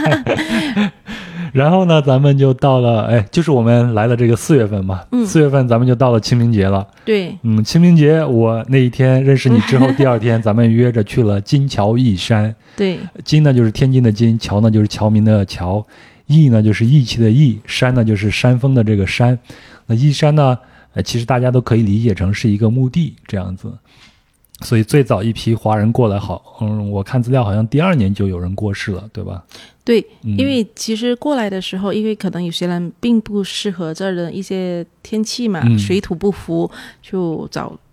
B: 然后呢咱们就到了就是我们来了这个4月份嘛，4月份咱们就到了清明节了。
C: 对
B: 清明节我那一天认识你之后第二天咱们约着去了金桥义山。
C: 对，
B: 金呢就是天津的金，桥呢就是侨民的侨，义呢就是义气的义，山呢就是山峰的这个山。那义山呢其实大家都可以理解成是一个墓地这样子。 所以最早一批华人过来我看资料好像第2年就有人过世了，对吧？
C: 对，因为其实过来的时候，因为可能有些人并不适合这儿的一些天气嘛，水土不服，就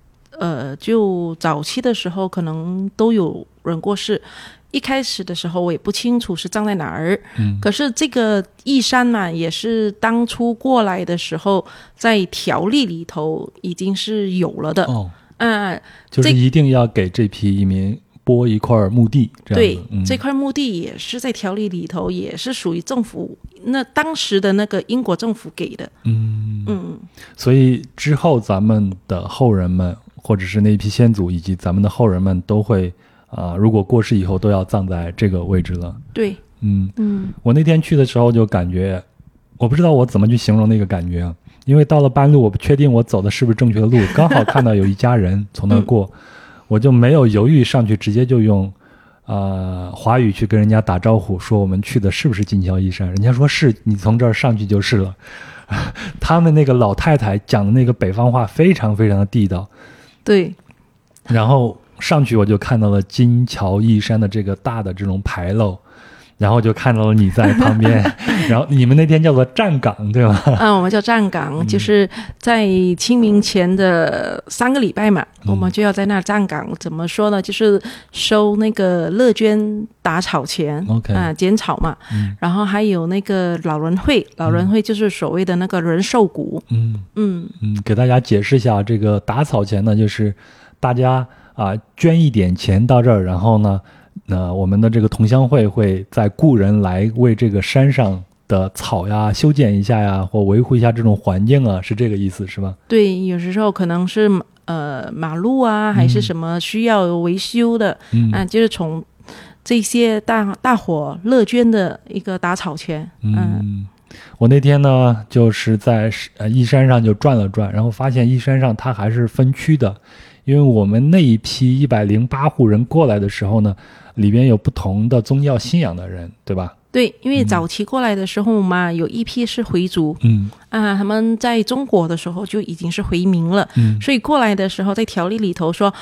C: 早期的时候可能都有人过世。一开始的时候我也不清楚是葬在哪儿，可是这个义山嘛，也是当初过来的时候在条例里头已经是有了的。
B: 就是一定要给这批移民拨一块墓地，这样子。
C: 对，这块墓地也是在条例里头，也是属于政府那当时的那个英国政府给的。
B: 所以之后咱们的后人们，或者是那一批先祖以及咱们的后人们都会如果过世以后都要葬在这个位置了。
C: 对，
B: 我那天去的时候就感觉，我不知道我怎么去形容那个感觉啊。因为到了半路，我不确定我走的是不是正确的路，刚好看到有一家人从那儿过，我就没有犹豫上去，直接就用华语去跟人家打招呼，说我们去的是不是金桥义山？人家说是，你从这儿上去就是了。他们那个老太太讲的那个北方话非常非常的地道。
C: 对，
B: 然后上去我就看到了金桥义山的这个大的这种牌楼，然后就看到了你在旁边。然后你们那天叫做站岗对吗？
C: 我们叫站岗，就是在清明前的3个礼拜嘛，我们就要在那站岗。怎么说呢，就是收那个乐捐打草钱，剪草嘛。然后还有那个老人会就是所谓的那个人寿谷。
B: 给大家解释一下，这个打草钱呢，就是大家捐一点钱到这儿，然后呢我们的这个同乡会会在雇人来为这个山上的草呀修剪一下呀，或维护一下这种环境啊，是这个意思是吧？
C: 对，有时候可能是马路啊，还是什么需要维修的，就是从这些大伙乐捐的一个打草钱。
B: 我那天呢就是在义山上就转了转，然后发现义山上它还是分区的，因为我们那一批108户人过来的时候呢，里边有不同的宗教信仰的人，对吧？
C: 对，因为早期过来的时候嘛，有一批是回族，他们在中国的时候就已经是回民了，所以过来的时候在条例里头说，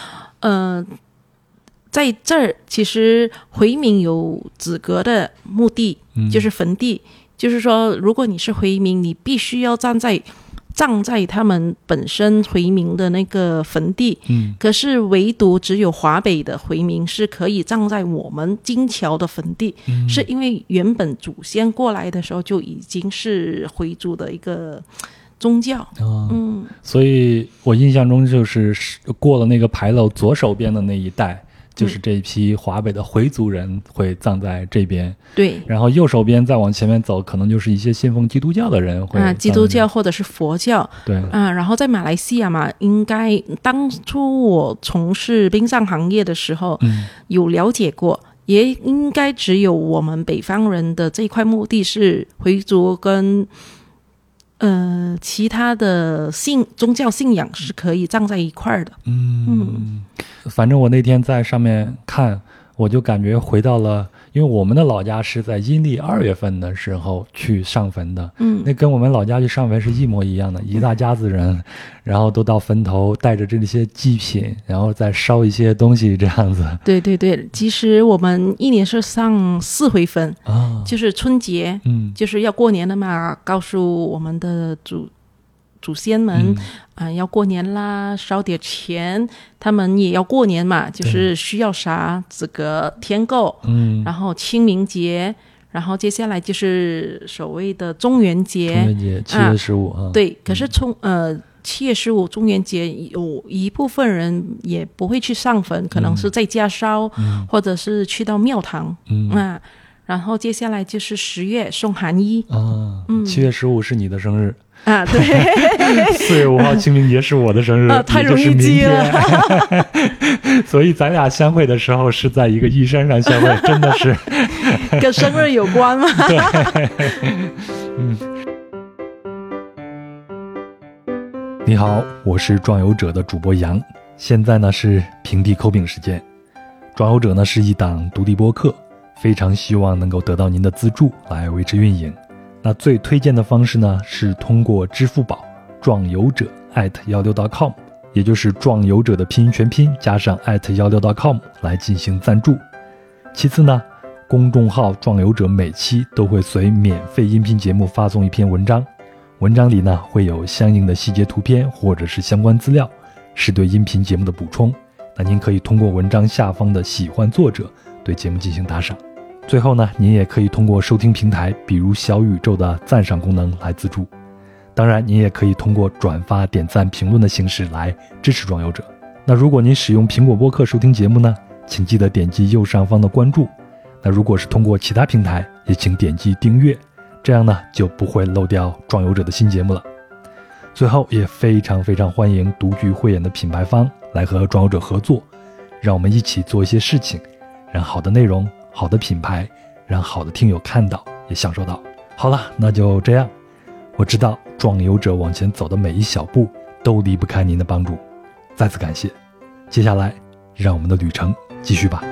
C: 在这儿其实回民有资格的墓地，就是坟地，就是说如果你是回民，你必须要葬在他们本身回民的那个坟地，可是唯独只有华北的回民是可以葬在我们金桥的坟地，是因为原本祖先过来的时候就已经是回族的一个宗教。
B: 所以我印象中就是过了那个牌楼左手边的那一带，就是这一批华北的回族人会葬在这边。对，然后右手边再往前面走，可能就是一些信奉基督教的人会
C: 基督教或者是佛教。
B: 对
C: 然后在马来西亚嘛，应该当初我从事殡葬行业的时候，有了解过，也应该只有我们北方人的这块墓地是回族跟其他的宗教信仰是可以葬在一块儿的。
B: 反正我那天在上面看，我就感觉回到了，因为我们的老家是在阴历2月份的时候去上坟的，那跟我们老家去上坟是一模一样的，一大家子人，然后都到坟头带着这些祭品，然后再烧一些东西这样子。对
C: 对对，其实我们一年是上4回坟，就是春节，就是要过年了嘛，告诉我们的祖先们要过年啦，烧点钱，他们也要过年嘛，就是需要啥这个添购，然后清明节，然后接下来就是所谓的中元节
B: 7月15
C: 对，可是7月15中元节有一部分人也不会去上坟，可能是在家烧，或者是去到庙堂然后接下来就是10月送寒衣
B: 7月15是你的生日
C: 对
B: 4月5号清明节是我的生日
C: 太容易记了
B: 所以咱俩相会的时候是在一个义山上相会真的是
C: 跟生日有关吗？
B: 对你好，我是壮游者的主播杨，现在呢是平地抠饼时间。壮游者呢是一档独立播客，非常希望能够得到您的资助来维持运营。那最推荐的方式呢是通过支付宝壮游者@16.com 也就是壮游者的拼音全拼加上@16.com 来进行赞助。其次呢，公众号壮游者每期都会随免费音频节目发送一篇文章，文章里呢会有相应的细节图片或者是相关资料，是对音频节目的补充。那您可以通过文章下方的喜欢作者对节目进行打赏。最后呢，您也可以通过收听平台比如小宇宙的赞赏功能来资助。当然您也可以通过转发、点赞、评论的形式来支持壮游者。那如果您使用苹果播客收听节目呢，请记得点击右上方的关注。那如果是通过其他平台，也请点击订阅，这样呢就不会漏掉壮游者的新节目了。最后也非常欢迎独具慧眼的品牌方来和壮游者合作，让我们一起做一些事情，让好的内容、好的品牌，让好的听友看到也享受到。好了，那就这样。我知道壮游者往前走的每一小步都离不开您的帮助，再次感谢。接下来让我们的旅程继续吧。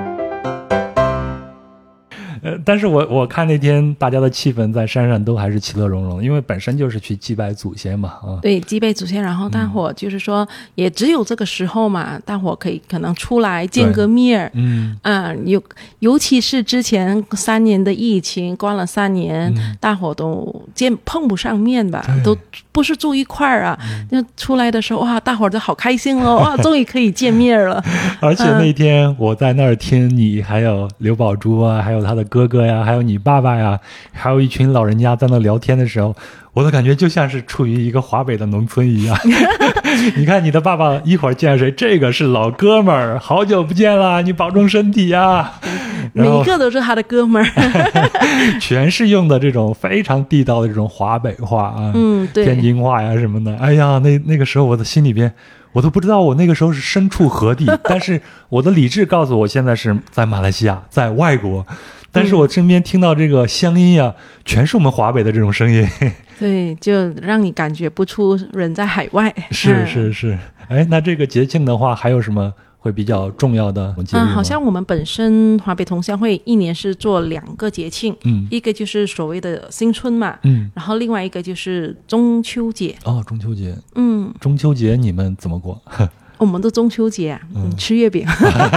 B: 但是我看那天大家的气氛在山上都还是其乐融融，因为本身就是去祭拜祖先嘛。
C: 对，祭拜祖先，然后大伙就是说，也只有这个时候嘛，大伙可能出来见个面。尤其是之前3年的疫情，关了3年，大伙都碰不上面吧，都不是住一块儿啊。就出来的时候，哇，大伙都好开心哦，哇，终于可以见面了。
B: 而且那天我在那儿听你，还有刘宝珠啊，还有他的哥哥呀，还有你爸爸呀，还有一群老人家在那聊天的时候，我的感觉就像是处于一个华北的农村一样。你看你的爸爸一会儿见谁，这个是老哥们儿，好久不见了，你保重身体啊。
C: 每一个都是他的哥们儿。
B: 全是用的这种非常地道的这种华北话啊，
C: 对，
B: 天津话呀什么的。哎呀，那个时候我的心里边，我都不知道我那个时候是身处何地，但是我的理智告诉我现在是在马来西亚，在外国。但是我身边听到这个乡音呀，全是我们华北的这种声音。
C: 对，就让你感觉不出人在海外。
B: 是。哎，那这个节庆的话，还有什么会比较重要的节日吗？
C: 好像我们本身华北同乡会一年是做2个节庆，一个就是所谓的新春嘛，然后另外一个就是中秋节。
B: 中秋节，中秋节你们怎么过？
C: 我们的中秋节吃月饼。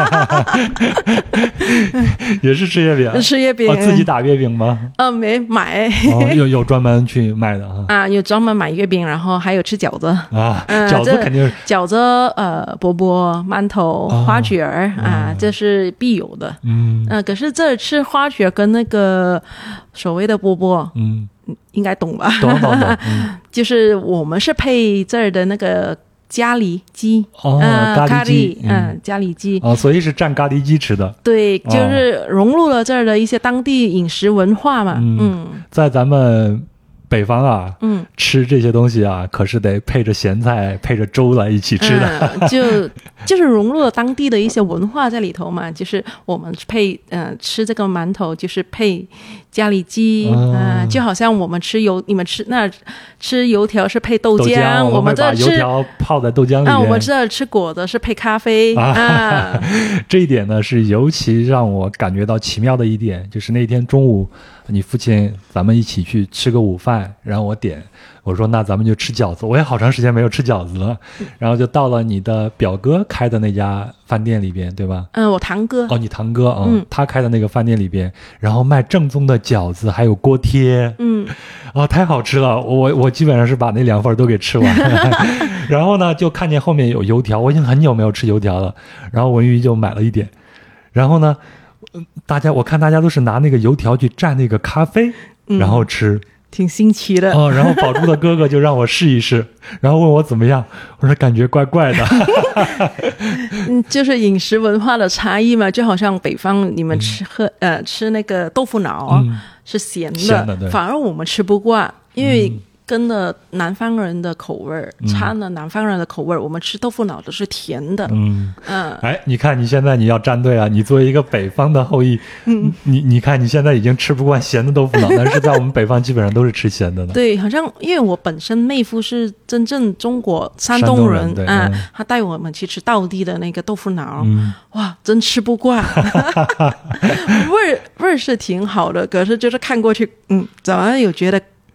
B: 也是吃月饼？
C: 吃月饼。
B: 自己打月饼吗？
C: 没买。
B: 有专门去卖的
C: 有专门买月饼，然后还有吃饺子
B: 饺子肯定是
C: 饺子，饽饽、馒头、花卷儿这是必有的。可是这吃花卷跟那个所谓的饽饽，应该懂吧？
B: 懂。
C: 就是我们是配这儿的那个咖喱鸡，
B: 咖喱鸡，
C: 咖喱鸡
B: 所以是蘸咖喱鸡吃的。
C: 对，就是融入了这儿的一些当地饮食文化嘛。
B: 在咱们北方啊，吃这些东西啊，可是得配着咸菜、配着粥来一起吃的。
C: 就是融入了当地的一些文化在里头嘛。就是我们吃这个馒头，就是配咖喱鸡就好像我们你们吃油条是配豆浆，
B: 我们把油条泡在豆浆里面。
C: 我们这吃果子是配咖啡
B: 这一点呢，是尤其让我感觉到奇妙的一点，就是那天中午你父亲咱们一起去吃个午饭，然后我说那咱们就吃饺子，我也好长时间没有吃饺子了，然后就到了你的表哥开的那家饭店里边，对吧？
C: 我堂哥。
B: 你堂哥他开的那个饭店里边，然后卖正宗的饺子，还有锅贴。太好吃了，我基本上是把那2份都给吃完了。然后呢，就看见后面有油条，我已经很久没有吃油条了，然后文瑜就买了一点。然后呢，我看大家都是拿那个油条去蘸那个咖啡，然后吃。
C: 挺新奇的
B: 然后宝珠的哥哥就让我试一试，然后问我怎么样，我说感觉怪怪的。
C: 就是饮食文化的差异嘛，就好像北方你们吃那个豆腐脑是咸的，反而我们吃不惯，因为跟了南方人的口味儿，掺了南方人的口味儿，我们吃豆腐脑都是甜的。
B: 你看你现在你要站队啊！你作为一个北方的后裔，你看你现在已经吃不惯咸的豆腐脑，但是在我们北方基本上都是吃咸的呢。
C: 对，好像因为我本身妹夫是真正中国山东人他带我们去吃道地的那个豆腐脑，哇，真吃不惯。味儿是挺好的，可是就是看过去，怎么有觉得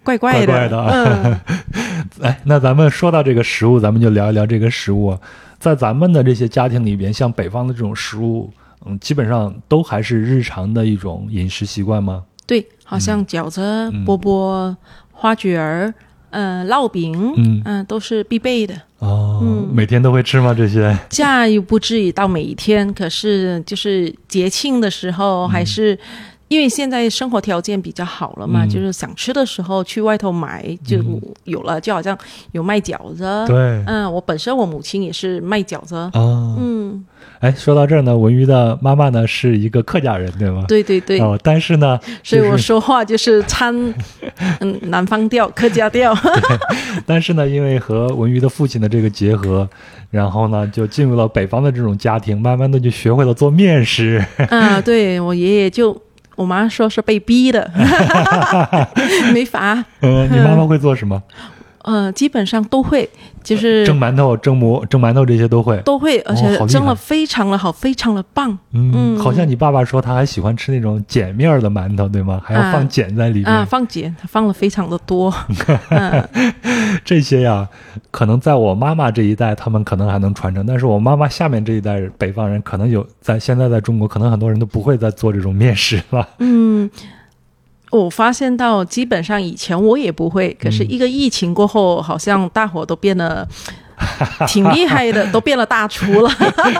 C: 怪怪的。
B: 怪怪的。哎，那咱们说到这个食物，咱们就聊一聊这个食物。在咱们的这些家庭里边，像北方的这种食物，基本上都还是日常的一种饮食习惯吗？
C: 对，好像饺子、饽饽、花卷儿、烙饼，都是必备的。
B: 每天都会吃吗？这些？
C: 家又不至于到每天，可是就是节庆的时候还是。因为现在生活条件比较好了嘛，就是想吃的时候去外头买就有了，就好像有卖饺子。
B: 对，
C: 我本身我母亲也是卖饺子。
B: 哎，说到这儿呢，文瑜的妈妈呢是一个客家人，对吗？
C: 对对对。
B: 但是呢，
C: 所以我说话就是掺南方调、客家调。
B: 但是呢，因为和文瑜的父亲的这个结合，然后呢就进入了北方的这种家庭，慢慢的就学会了做面食。
C: 对，我爷爷我妈说是被逼的。没法。
B: 你妈妈会做什么？
C: 基本上都会，就是
B: 蒸馒头、蒸馒头这些都会，
C: 而且蒸了非常的好，非常的棒。
B: 好像你爸爸说他还喜欢吃那种碱面的馒头，对吗？还要放碱在里面。
C: 放碱，他放了非常的多。
B: 这些呀，可能在我妈妈这一代，他们可能还能传承，但是我妈妈下面这一代北方人，可能现在在中国，可能很多人都不会再做这种面食了。
C: 我发现到基本上以前我也不会，可是一个疫情过后，好像大伙都变得挺厉害的，都变了大厨了。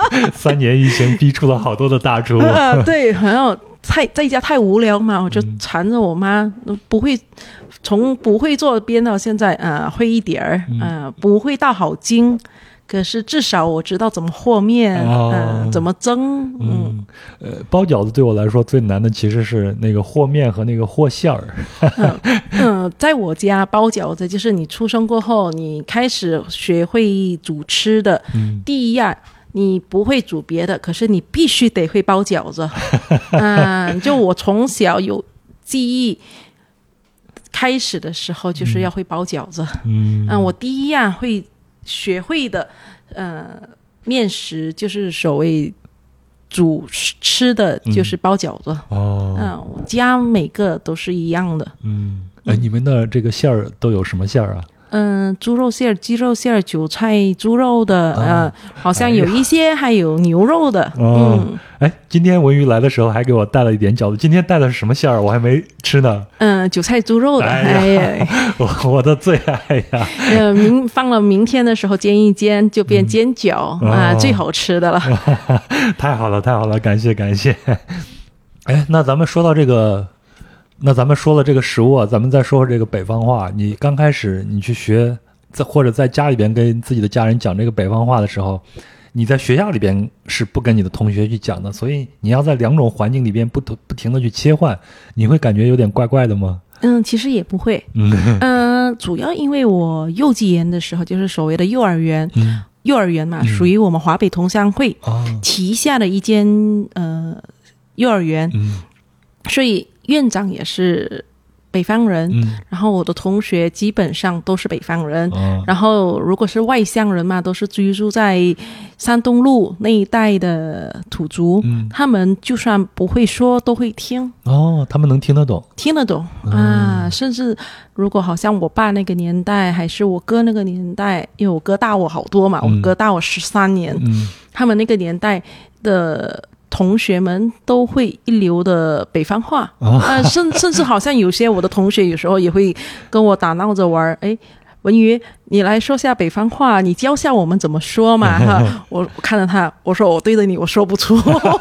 B: 3年疫情逼出了好多的大厨。
C: 对，好像在家太无聊嘛，我就缠着我妈，从不会做编到现在会一点儿，不会到好精。可是至少我知道怎么和面，怎么蒸。
B: 包饺子对我来说最难的其实是那个和面和那个和馅儿。
C: 在我家包饺子，就是你出生过后，你开始学会煮吃的，第一样你不会煮别的，可是你必须得会包饺子。就我从小有记忆。开始的时候就是要会包饺子。我第一样学会的面食就是所谓煮吃的，就是包饺子。我家每个都是一样的。
B: 你们的这个馅儿都有什么馅儿啊？
C: 猪肉馅儿、鸡肉馅儿、韭菜猪肉的，好像有一些还有牛肉的。
B: 今天文瑜来的时候还给我带了一点饺子，今天带的是什么馅儿？我还没吃呢。
C: 韭菜猪肉的。
B: 我的最爱呀。
C: 放了明天的时候煎一煎，就变煎饺最好吃的了。
B: 太好了，太好了，感谢感谢。那咱们说了这个食物啊，咱们再说说这个北方话。你刚开始你去学，或者在家里边跟自己的家人讲这个北方话的时候，你在学校里边是不跟你的同学去讲的，所以你要在2种环境里边不停的去切换，你会感觉有点怪怪的吗？
C: 其实也不会。主要因为我幼稚园的时候就是所谓的幼儿园。幼儿园嘛，属于我们华北同乡会旗下的一间幼儿园，所以院长也是北方人，然后我的同学基本上都是北方人，然后如果是外乡人嘛，都是居住在山东路那一带的土族，他们就算不会说都会听。
B: 他们能听得懂
C: 甚至如果好像我爸那个年代还是我哥那个年代，因为我哥大我好多嘛，我哥大我13年，他们那个年代的同学们都会一流的北方话。甚至好像有些我的同学有时候也会跟我打闹着玩，文瑜你来说下北方话，你教下我们怎么说嘛。我看着他，我说我对着你我说不出。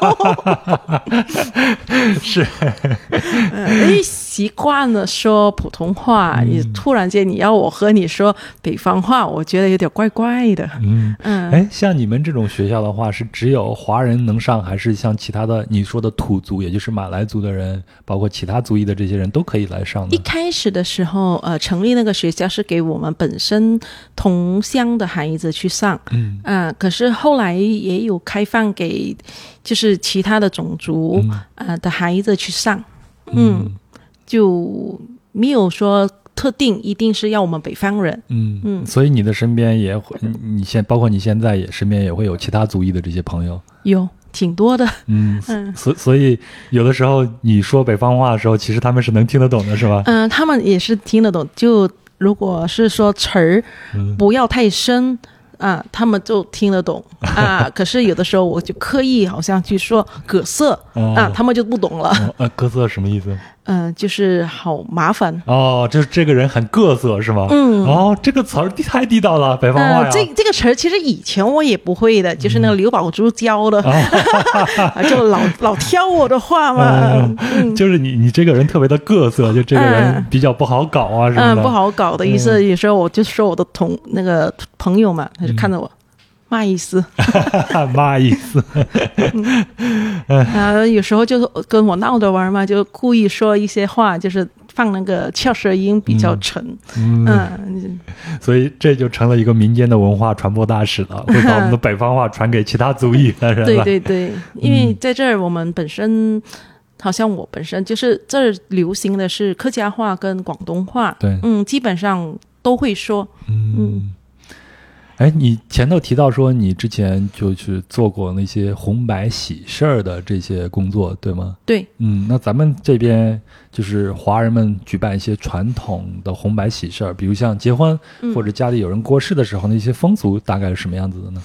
B: 是
C: 习惯了说普通话，你突然间你要我和你说北方话，我觉得有点怪怪的。
B: 像你们这种学校的话，是只有华人能上，还是像其他的你说的土族，也就是马来族的人，包括其他族裔的这些人都可以来上呢？
C: 一开始的时候成立那个学校是给我们本身同乡的孩子去上，可是后来也有开放给就是其他的种族的孩子去上。就没有说特定一定是要我们北方人。
B: 所以你的身边也会，包括你现在也身边也会有其他族裔的这些朋友。
C: 有， 挺多的。
B: 所以有的时候你说北方话的时候，其实他们是能听得懂的，是吧？
C: 他们也是听得懂。就如果是说词儿不要太深啊，他们就听得懂啊。可是有的时候我就刻意好像去说葛色啊，他们就不懂了。
B: 各色什么意思？
C: 就是好麻烦
B: 哦，就是这个人很各色是吗？这个词儿太地道了，北方话呀。
C: 这个词儿其实以前我也不会的，就是那个刘宝珠教的，就老挑我的话嘛。
B: 就是你这个人特别的各色，就这个人比较不好搞啊什么的。
C: 不好搞的意思。有时候我就说我的那个朋友嘛，他就看着我。嘛意思
B: 嘛意思
C: 有时候就跟我闹着玩嘛，就故意说一些话，就是放那个翘舌音比较沉。
B: 所以这就成了一个民间的文化传播大使了，会把我们的北方话传给其他族裔的人了。
C: 对，因为在这儿我们本身好像我本身就是这儿流行的是客家话跟广东话。
B: 对，
C: 基本上都会说。
B: 你前头提到说你之前就去做过那些红白喜事儿的这些工作，对吗？
C: 对。
B: 那咱们这边就是华人们举办一些传统的红白喜事儿，比如像结婚或者家里有人过世的时候，那些风俗大概是什么样子的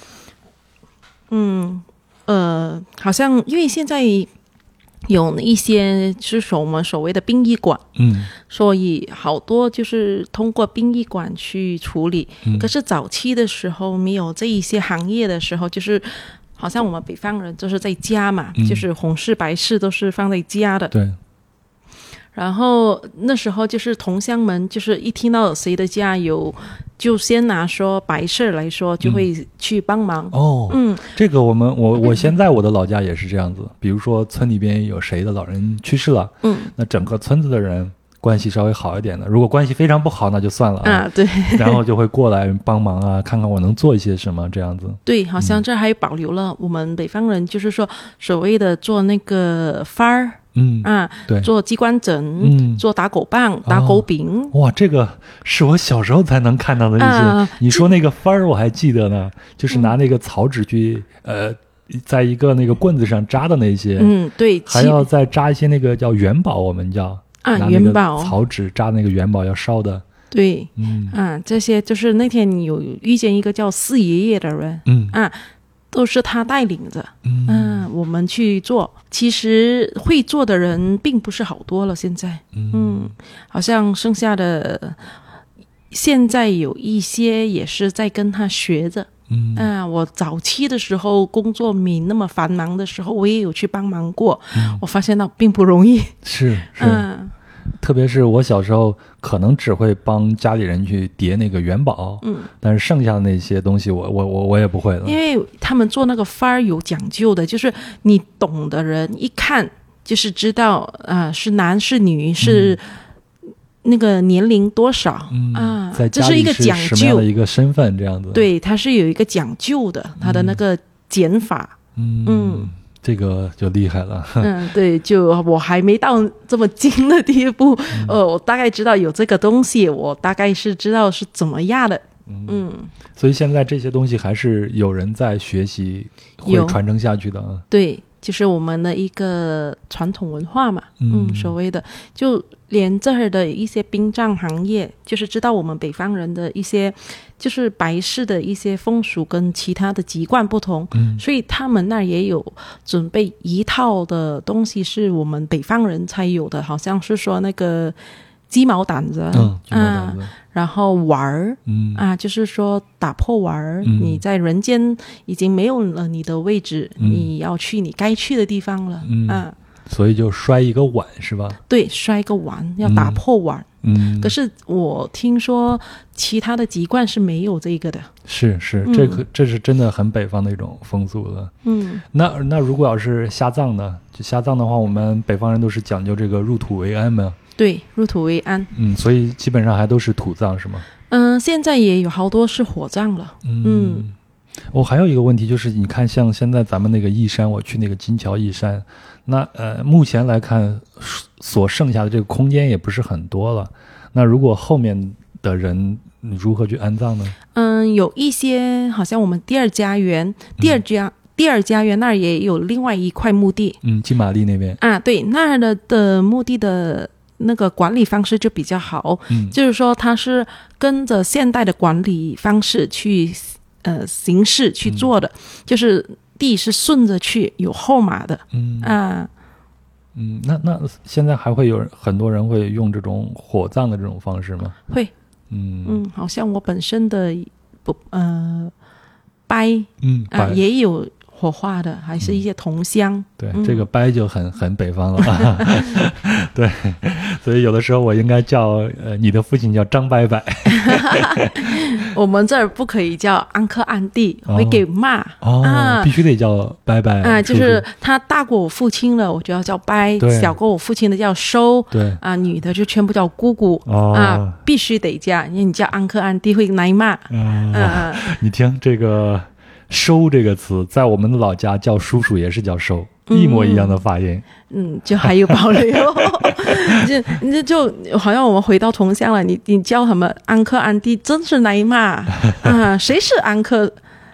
C: 呢？好像因为现在有一些是我们所谓的殡仪馆，所以好多就是通过殡仪馆去处理。可是早期的时候没有这一些行业的时候，就是好像我们北方人就是在家嘛，就是红事白事都是放在家的。
B: 对。
C: 然后那时候就是同乡们，就是一听到谁的家有，就先拿说白事来说，就会去帮忙。
B: 这个我现在我的老家也是这样子。比如说村里边有谁的老人去世了，那整个村子的人关系稍微好一点的，如果关系非常不好那就算了
C: 对，
B: 然后就会过来帮忙啊，看看我能做一些什么这样子。
C: 对，好像这还保留了我们北方人就是说所谓的做那个幡儿。
B: 对，
C: 做鸡冠枕，做打狗棒、打狗饼。
B: 哇，这个是我小时候才能看到的那些。你说那个幡儿我还记得呢，就是拿那个草纸去在一个那个棍子上扎的那些。
C: 对，
B: 还要再扎一些那个叫元宝，我们叫
C: 元宝，
B: 草纸扎那个元宝要烧的。
C: 对，这些就是那天你有遇见一个叫四爷爷的人，都是他带领着，我们去做。其实会做的人并不是好多了，现在，好像剩下的，现在有一些也是在跟他学着。我早期的时候工作没那么繁忙的时候，我也有去帮忙过，我发现到并不容易。
B: 是。特别是我小时候可能只会帮家里人去叠那个元宝，但是剩下的那些东西我也不会了。
C: 因为他们做那个幡儿有讲究的，就是你懂的人一看就是知道是男是女，是那个年龄多少
B: 在家里
C: 这是一个讲
B: 什么样的一个身份这样子。
C: 对，它是有一个讲究的，它的那个剪法。
B: 这个就厉害了。
C: 对，就我还没到这么精的地步，我大概知道有这个东西，我大概是知道是怎么样的。
B: 所以现在这些东西还是有人在学习，会传承下去的。
C: 对，就是我们的一个传统文化嘛。所谓的就连这儿的一些殡葬行业，就是知道我们北方人的一些就是白事的一些风俗跟其他的籍贯不同，所以他们那儿也有准备一套的东西是我们北方人才有的，好像是说那个鸡毛掸子，然后碗儿，就是说打破碗儿，你在人间已经没有了你的位置，你要去你该去的地方了，
B: 所以就摔一个碗是吧？
C: 对，摔一个碗，要打破碗。可是我听说其他的籍贯是没有这个的。是，
B: 这是真的很北方的一种风俗了。那如果要是下葬呢？就下葬的话，我们北方人都是讲究这个入土为安嘛。
C: 对，入土为安。
B: 所以基本上还都是土葬是吗？
C: 现在也有好多是火葬了。
B: 我还有一个问题就是，你看像现在咱们那个义山，我去那个金桥义山，那目前来看所剩下的这个空间也不是很多了。那如果后面的人如何去安葬呢？
C: 有一些好像我们第二第二家园那儿也有另外一块墓地，
B: 金玛丽那边
C: 啊，对，那儿的墓地的那个管理方式就比较好，就是说它是跟着现代的管理方式去形式去做的，就是地是顺着去有号码的，
B: 那现在还会有很多人会用这种火葬的这种方式吗？
C: 会，好像我本身的掰，也有火化的，还是一些同乡。
B: 对，这个掰就很北方了。对，所以有的时候我应该叫你的父亲叫张伯伯。
C: 我们这儿不可以叫安克安弟，会给骂。
B: 必须得叫伯伯啊，
C: 就是他大过我父亲了，我就要叫伯；小过我父亲的叫收。
B: 对啊，
C: 女的就全部叫姑姑。必须得叫，因为你叫安克安弟会挨骂。
B: 你听这个。收这个词在我们的老家叫叔叔也是叫收，一模一样的发音。
C: 就还有保留。就好像我们回到同乡了，你叫他们安克安弟真是挨骂啊！谁是安克？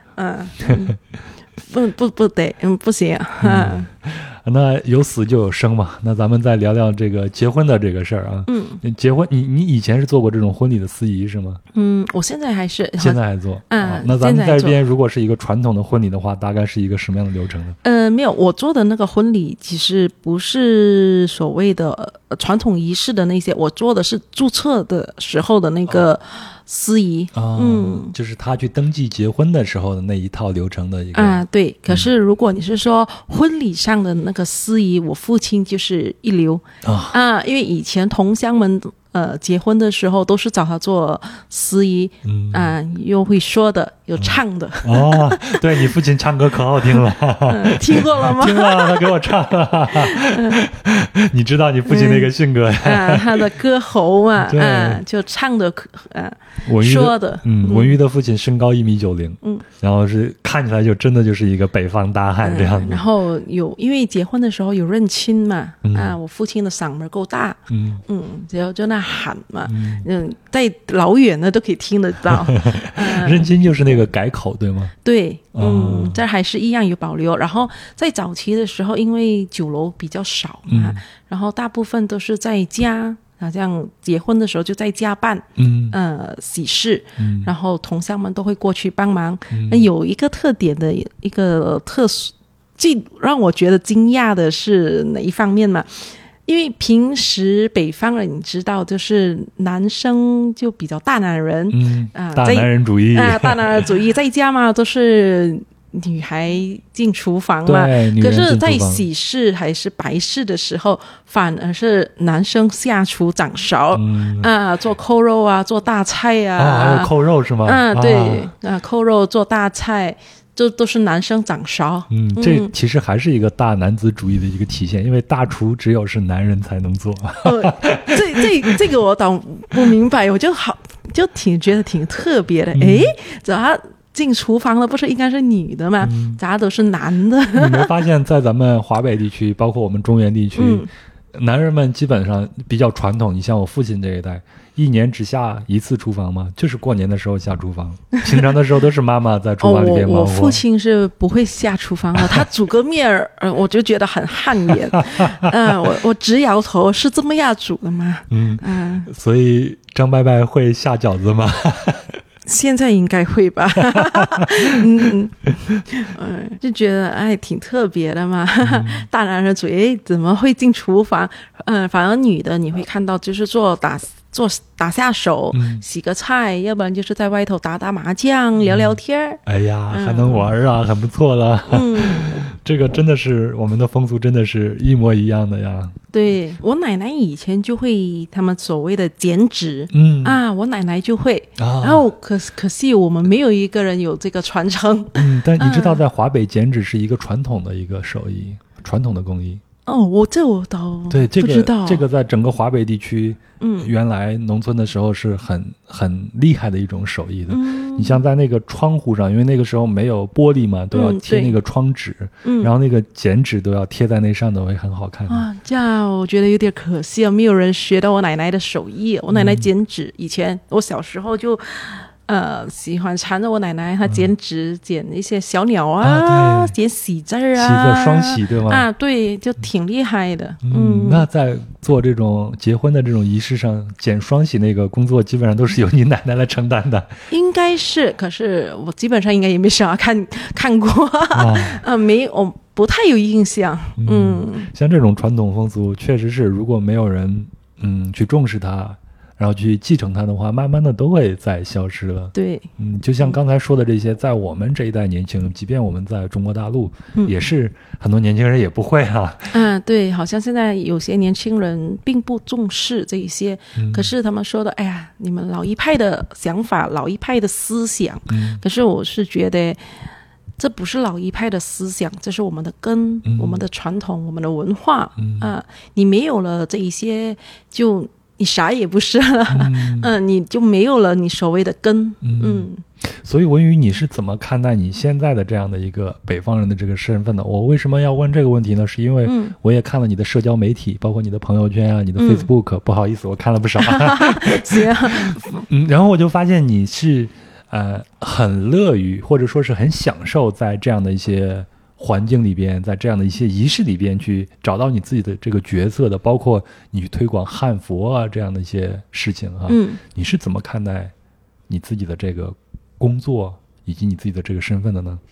C: 不得，不行。
B: 那有死就有生嘛，那咱们再聊聊这个结婚的这个事儿啊。结婚，你以前是做过这种婚礼的司仪是吗？
C: 我现在还是，
B: 现在还做。那咱们在这边如果是一个传统的婚礼的话，大概是一个什么样的流程呢？
C: 没有，我做的那个婚礼其实不是所谓的传统仪式的那些，我做的是注册的时候的那个司仪。
B: 就是他去登记结婚的时候的那一套流程的一个。
C: 对。可是如果你是说婚礼上的那个司仪，我父亲就是一流因为以前同乡们结婚的时候都是找他做司仪，又会说的，有唱的。
B: 对，你父亲唱歌可好听了。
C: 听过了吗？
B: 听了，他给我唱了。你知道你父亲那个性格
C: 他的歌喉嘛，就唱的说的。
B: 文玉的父亲身高1.90米，然后是看起来就真的就是一个北方大汉这样子。
C: 然后因为结婚的时候有认亲嘛，我父亲的嗓门够大，就那喊嘛，在老远的都可以听得到。
B: 认亲就是那个改口对吗？
C: 对，这还是一样有保留。然后在早期的时候，因为酒楼比较少嘛，然后大部分都是在家。好像结婚的时候就在家办喜事，然后同乡们都会过去帮忙。有一个特点的一个特殊，最让我觉得惊讶的是哪一方面嘛？因为平时北方人你知道，就是男生就比较大男人，
B: 大男人主义
C: 大男人主义，在家嘛都是女孩进厨房嘛，可是在喜事还是白事的时候，反而是男生下厨掌勺，做扣肉啊，做大菜啊，
B: 还有扣肉是吗？
C: 对，扣肉做大菜。这都是男生掌勺。
B: 这其实还是一个大男子主义的一个体现，因为大厨只有是男人才能做。
C: 这个我倒不明白，我就觉得挺特别的。咋进厨房了不是应该是女的吗？咋都是男的？
B: 你没发现在咱们华北地区，包括我们中原地区，男人们基本上比较传统。你像我父亲这一代，1年只下1次厨房嘛，就是过年的时候下厨房，平常的时候都是妈妈在厨房里面忙活。
C: 我父亲是不会下厨房的，他煮个面儿，我就觉得很汗颜。我直摇头，是这么样煮的吗？
B: 所以张伯伯会下饺子吗？
C: 现在应该会吧。就觉得挺特别的嘛。大男人主义怎么会进厨房？反而女的你会看到就是打下手，洗个菜，要不然就是在外头打打麻将，聊聊天。哎
B: 呀，还能玩啊，很不错了。这个真的是我们的风俗，真的是一模一样的呀。
C: 对，我奶奶以前就会他们所谓的剪纸，我奶奶就会，然后可惜我们没有一个人有这个传承。
B: 但你知道在华北剪纸是一个传统的一个手艺，传统的工艺。
C: 我倒
B: 对
C: 不知道。
B: 这个在整个华北地区，原来农村的时候是很厉害的一种手艺的。你像在那个窗户上，因为那个时候没有玻璃嘛，都要贴那个窗纸，然后那个剪纸都要贴在那上头，会很好看
C: 这样我觉得有点可惜没有人学到我奶奶的手艺。我奶奶剪纸，以前我小时候就喜欢缠着我奶奶，她剪纸、剪一些小鸟
B: 对
C: 剪喜字
B: 喜字双喜对吗？
C: 对，就挺厉害的。
B: 那在做这种结婚的这种仪式上，剪双喜那个工作基本上都是由你奶奶来承担的。
C: 应该是，可是我基本上应该也没少看过，没有，不太有印象。
B: 像这种传统风俗，确实是如果没有人去重视它，然后去继承它的话，慢慢的都会再消失了。
C: 对，
B: 就像刚才说的这些，在我们这一代年轻人，即便我们在中国大陆，也是很多年轻人也不会啊。
C: 对，好像现在有些年轻人并不重视这一些，可是他们说的，哎呀，你们老一派的想法，老一派的思想，可是我是觉得。这不是老一派的思想，这是我们的根，我们的传统，我们的文化你没有了这一些，就你啥也不是了，你就没有了你所谓的根。
B: 所以文宇，你是怎么看待你现在的这样的一个北方人的这个身份的？我为什么要问这个问题呢？是因为我也看了你的社交媒体，包括你的朋友圈啊，你的 Facebook，不好意思，我看了不少。然后我就发现你是很乐于或者说是很享受在这样的一些环境里边，在这样的一些仪式里边去找到你自己的这个角色的，包括你去推广汉服啊这样的一些事情啊。你是怎么看待你自己的这个工作以及你自己的这个身份的呢？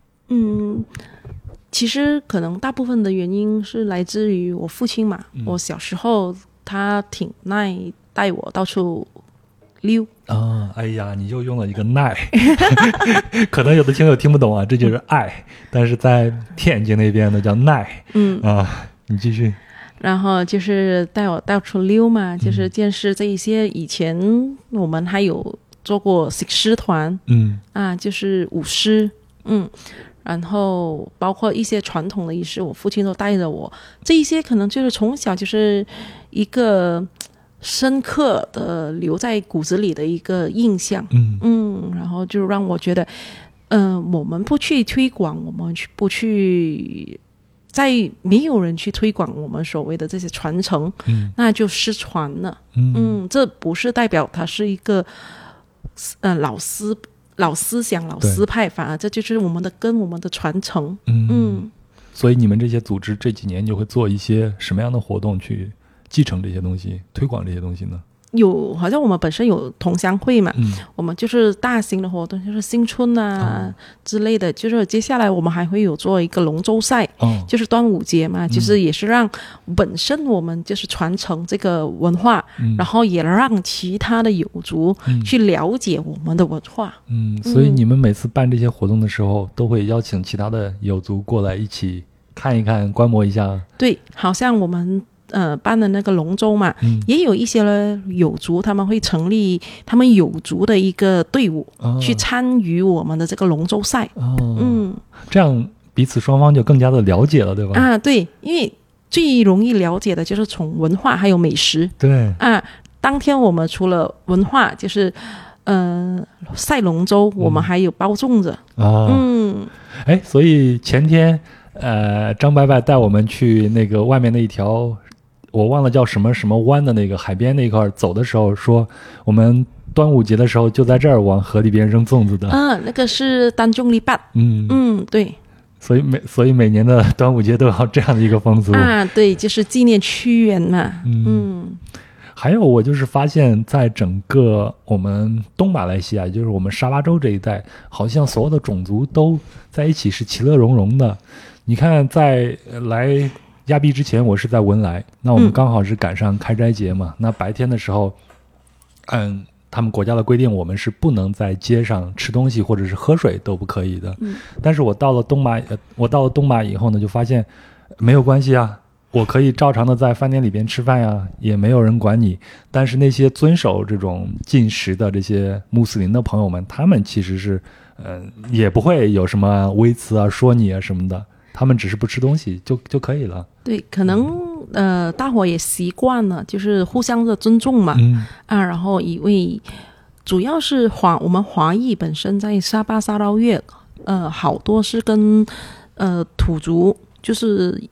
C: 其实可能大部分的原因是来自于我父亲嘛。我小时候他挺爱带我到处溜
B: 哎呀，你又用了一个耐可能有的听友听不懂啊，这就是爱，但是在天津那边呢叫耐。你继续。
C: 然后就是带我到处溜嘛，就是见识这一些。以前我们还有做过习诗团，就是舞狮，然后包括一些传统的仪式，我父亲都带着我。这一些可能就是从小就是一个深刻的留在骨子里的一个印象。然后就让我觉得我们不去推广，我们不去在没有人去推广我们所谓的这些传承，那就失传了。这不是代表它是一个老思想老思派，反而这就是我们的根，我们的传承。
B: 所以你们这些组织这几年就会做一些什么样的活动去继承这些东西，推广这些东西呢？
C: 好像我们本身有同乡会嘛，我们就是大型的活动，就是新春之类的。就是接下来我们还会有做一个龙舟赛，就是端午节嘛，就是也是让本身我们就是传承这个文化，然后也让其他的友族去了解我们的文化。
B: 所以你们每次办这些活动的时候，都会邀请其他的友族过来一起看一看、观摩一下。对，
C: 好像我们办的那个龙舟嘛，也有一些友族他们会成立他们友族的一个队伍，去参与我们的这个龙舟赛。
B: 这样彼此双方就更加的了解了，对吧？
C: 对，因为最容易了解的就是从文化还有美食。
B: 对
C: 当天我们除了文化就是赛龙舟，我们还有包粽子。
B: 所以前天张伯伯带我们去那个外面那一条我忘了叫什么什么湾的那个海边那块走的时候，说我们端午节的时候就在这儿往河里边扔粽子的。
C: 那个是丹中篱笆。对。
B: 所以每年的端午节都有这样的一个风俗。
C: 对，就是纪念屈原嘛。
B: 还有我就是发现在整个我们东马来西亚，也就是我们沙巴州这一带，好像所有的种族都在一起，是其乐融融的。你看在来亚庇之前我是在文莱，那我们刚好是赶上开斋节嘛，那白天的时候他们国家的规定我们是不能在街上吃东西或者是喝水都不可以的。但是我到了东马以后呢，就发现没有关系啊，我可以照常的在饭店里边吃饭呀，也没有人管你。但是那些遵守这种禁食的这些穆斯林的朋友们，他们其实是也不会有什么微词啊说你啊什么的，他们只是不吃东西就可以了。
C: 对，可能大伙也习惯了，就是互相的尊重嘛。然后因为主要是我们华裔本身在沙巴沙捞越好多是跟土族就是有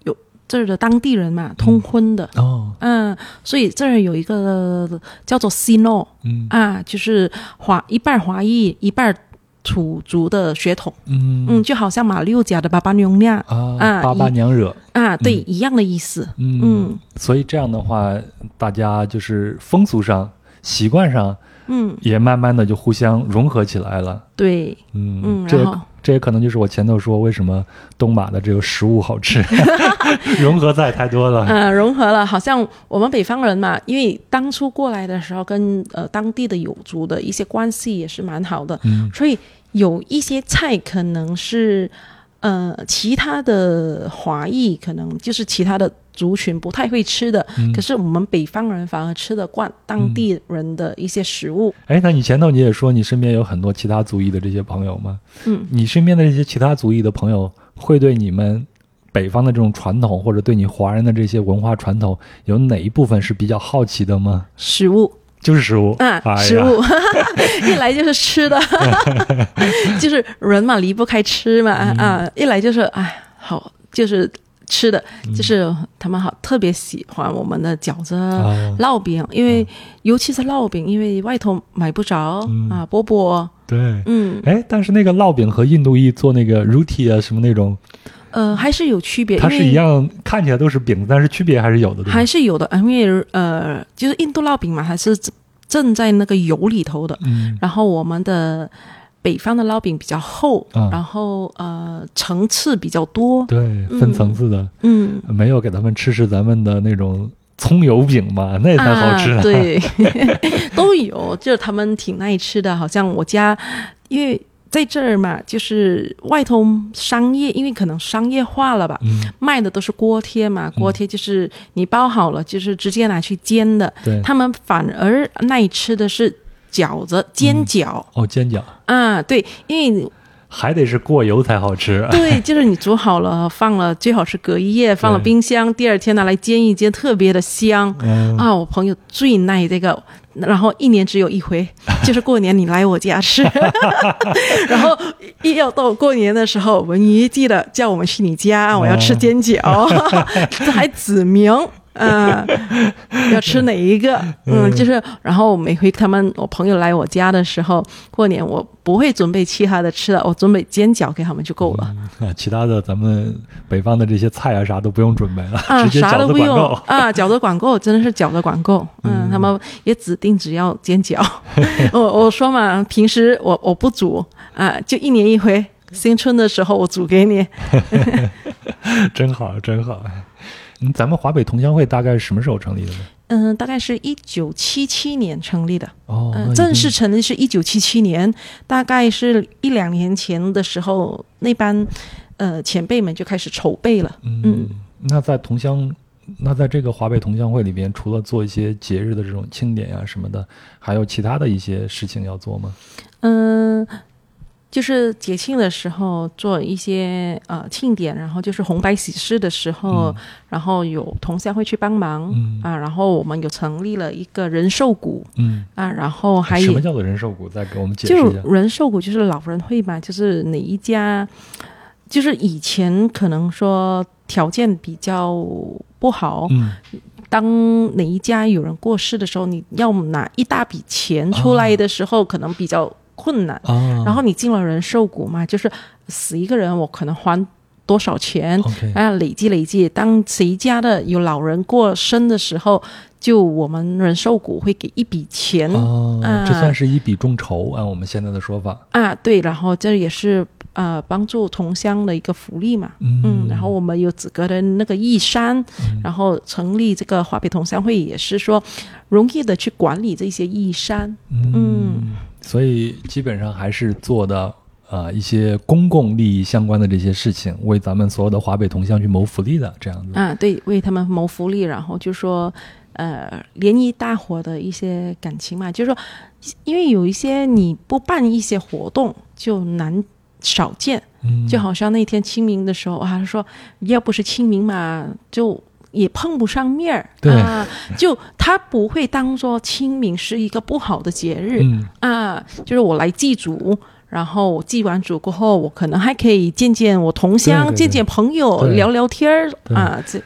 C: 这儿的当地人嘛，通婚的。所以这儿有一个叫做 Sino，就是一半华裔一半土族的血统。就好像马六甲的巴巴娘娘
B: 巴巴娘惹
C: 对，一样的意思。
B: 所以这样的话，大家就是风俗上、习惯上，也慢慢的就互相融合起来了。
C: 对，
B: 这也可能就是我前头说为什么东马的这个食物好吃，融合菜太多了。
C: 融合了，好像我们北方人嘛，因为当初过来的时候跟当地的友族的一些关系也是蛮好的，所以有一些菜可能是其他的华裔可能就是其他的族群不太会吃的，可是我们北方人反而吃得惯当地人的一些食物。
B: 那你前头你也说你身边有很多其他族裔的这些朋友吗？你身边的这些其他族裔的朋友会对你们北方的这种传统，或者对你华人的这些文化传统有哪一部分是比较好奇的吗？
C: 食物，
B: 就是食物
C: 食物一来就是吃的就是人嘛离不开吃嘛一来就是好就是吃的，就是他们好特别喜欢我们的饺子、烙饼，因为尤其是烙饼，因为外头买不着饽饽。
B: 对，但是那个烙饼和印度裔做那个 roti 什么那种
C: 还是有区别，
B: 它是一样，看起来都是饼，但是区别还是有的，对吧？
C: 还是有的，因为就是印度烙饼嘛，还是正在那个油里头的，然后我们的北方的烙饼比较厚，然后层次比较多，
B: 对，分层次的，没有给他们吃咱们的那种葱油饼嘛，那才好吃呢。
C: 对，都有，就是他们挺爱吃的，好像我家因为。在这儿嘛，就是外头商业，因为可能商业化了吧，卖的都是锅贴嘛，锅贴就是你包好了，就是直接拿去煎的。
B: 对，
C: 他们反而爱吃的是饺子、煎饺。
B: 煎饺
C: 对，因为
B: 还得是过油才好吃。
C: 对，就是你煮好了，放了最好是隔一夜，放了冰箱，第二天拿来煎一煎，特别的香。我朋友最爱这个。然后一年只有一回，就是过年你来我家吃然后一要到过年的时候，文瑜记得叫我们去你家，我要吃煎饺这还指明要吃哪一个就是然后每回我朋友来我家的时候，过年我不会准备其他的吃的，我准备煎饺给他们就够了。
B: 其他的咱们北方的这些菜啥都不用准备了，直接
C: 啥都不用饺子管够，真的是饺子管够。他们也指定只要煎饺我说嘛，平时我不煮就一年一回，新春的时候我煮给你
B: 真好真好。咱们华北同乡会大概是什么时候成立的呢？
C: 大概是1977年成立的。正式成立是1977年，大概是1-2年前的时候，那班前辈们就开始筹备了。
B: 那在这个华北同乡会里边，除了做一些节日的这种庆典什么的，还有其他的一些事情要做吗？
C: 就是节庆的时候做一些庆典，然后就是红白喜事的时候，然后有同乡会去帮忙然后我们有成立了一个人寿股然后还有
B: 什么叫做人寿股？再给我们解释一下。
C: 就人寿股就是老人会嘛，就是哪一家，就是以前可能说条件比较不好，当哪一家有人过世的时候，你要拿一大笔钱出来的时候，可能比较困难然后你进了人寿股嘛，就是死一个人我可能还多少钱累积，当谁家的有老人过生的时候，就我们人寿股会给一笔钱
B: 这算是一笔众筹按我们现在的说法
C: 对，然后这也是帮助同乡的一个福利嘛然后我们有资格的那个义山然后成立这个华北同乡会，也是说容易的去管理这些义山
B: 所以基本上还是做的一些公共利益相关的这些事情，为咱们所有的华北同乡去谋福利的这样子
C: 对，为他们谋福利，然后就说联谊大伙的一些感情嘛，就是说因为有一些你不办一些活动就难少见就好像那天清明的时候他说要不是清明嘛就也碰不上面儿
B: 对
C: 就他不会当作清明是一个不好的节日就是我来祭祖，然后我祭完祖过后，我可能还可以见见我同乡，见见朋友，聊聊天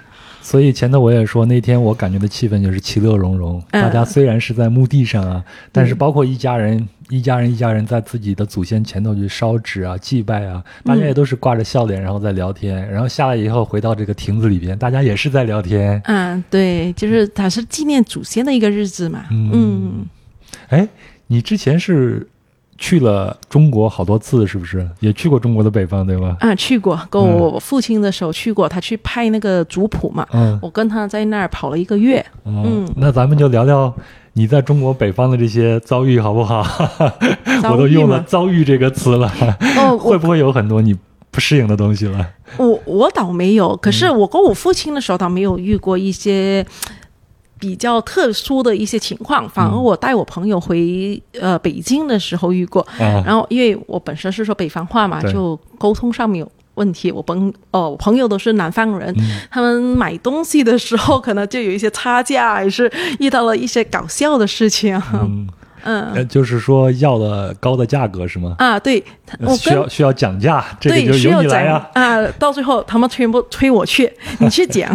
B: 所以前头我也说，那天我感觉的气氛就是其乐融融。大家虽然是在墓地上啊，但是包括一家人在自己的祖先前头去烧纸啊、祭拜啊，大家也都是挂着笑脸，然后在聊天。然后下来以后回到这个亭子里边，大家也是在聊天。
C: 对，就是它是纪念祖先的一个日子嘛。
B: 哎，你之前是去了中国好多次，是不是？也去过中国的北方，对吗？
C: 去过，跟我父亲的时候去过，他去拍那个族谱嘛。我跟他在那儿跑了1个月。
B: 那咱们就聊聊你在中国北方的这些遭遇好不好？我都用了遭遇这个词了。会不会有很多你不适应的东西了？
C: 我倒没有，可是我跟我父亲的时候倒没有遇过一些比较特殊的一些情况，反而我带我朋友回北京的时候遇过。然后因为我本身是说北方话嘛，就沟通上面有问题。我朋友都是南方人，他们买东西的时候可能就有一些差价，还是遇到了一些搞笑的事情。
B: 就是说要的高的价格是吗？
C: 对，
B: 需要讲价，这个就由你来啊。
C: 到最后他们全部推我去，你去讲。